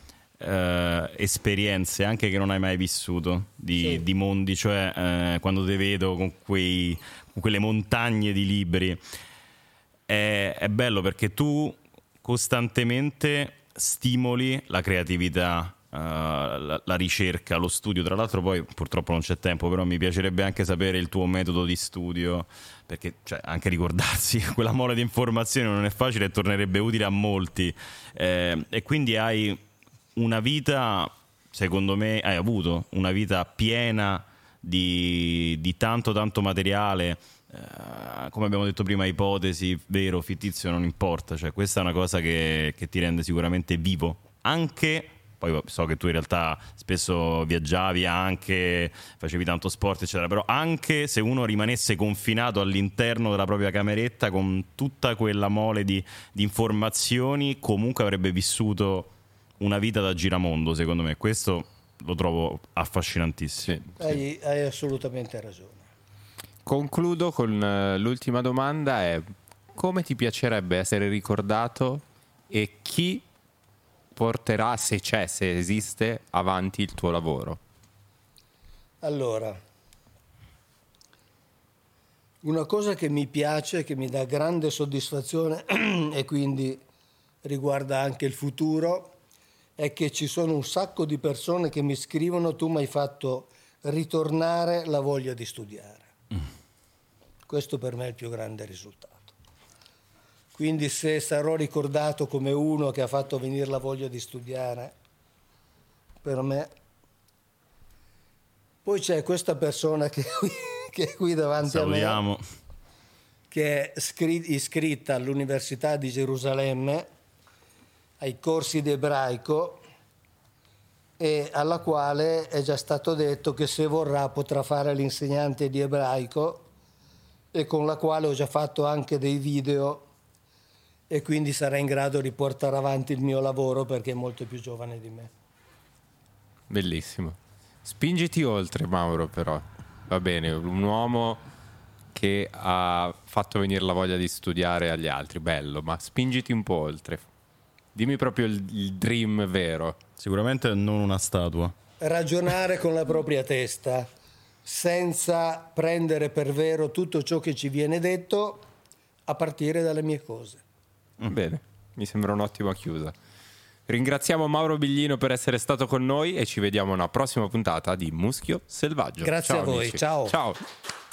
esperienze anche che non hai mai vissuto, di mondi, cioè quando te vedo con quelle montagne di libri è bello perché tu costantemente stimoli la creatività, la ricerca, lo studio. Tra l'altro poi purtroppo non c'è tempo, però mi piacerebbe anche sapere il tuo metodo di studio, perché cioè, anche ricordarsi quella mole di informazioni non è facile e tornerebbe utile a molti, e quindi hai una vita, secondo me hai avuto una vita piena di tanto materiale, come abbiamo detto prima, ipotesi, vero, fittizio, non importa, cioè questa è una cosa che ti rende sicuramente vivo. Anche, poi so che tu in realtà spesso viaggiavi, anche facevi tanto sport eccetera, però anche se uno rimanesse confinato all'interno della propria cameretta con tutta quella mole di informazioni, comunque avrebbe vissuto una vita da giramondo. Secondo me questo lo trovo affascinantissimo. Hai assolutamente ragione. Concludo con l'ultima domanda, è: come ti piacerebbe essere ricordato e chi porterà, se c'è, se esiste, avanti il tuo lavoro? Allora, una cosa che mi piace, che mi dà grande soddisfazione e quindi riguarda anche il futuro, è che ci sono un sacco di persone che mi scrivono: tu mi hai fatto ritornare la voglia di studiare. Questo per me è il più grande risultato. Quindi se sarò ricordato come uno che ha fatto venire la voglia di studiare, per me. Poi c'è questa persona che è qui davanti Salutiamo. a me, che è iscritta all'Università di Gerusalemme ai corsi di ebraico, e alla quale è già stato detto che se vorrà potrà fare l'insegnante di ebraico, e con la quale ho già fatto anche dei video e quindi sarà in grado di portare avanti il mio lavoro perché è molto più giovane di me. Bellissimo. Spingiti oltre, Mauro, però. Va bene, un uomo che ha fatto venire la voglia di studiare agli altri, bello, ma spingiti un po' oltre. Dimmi proprio il dream vero. Sicuramente non una statua. Ragionare con la propria testa, senza prendere per vero tutto ciò che ci viene detto, a partire dalle mie cose. Bene, mi sembra un'ottima chiusa. Ringraziamo Mauro Biglino per essere stato con noi e ci vediamo alla prossima puntata di Muschio Selvaggio. Grazie Ciao, a voi, amici. ciao. Ciao.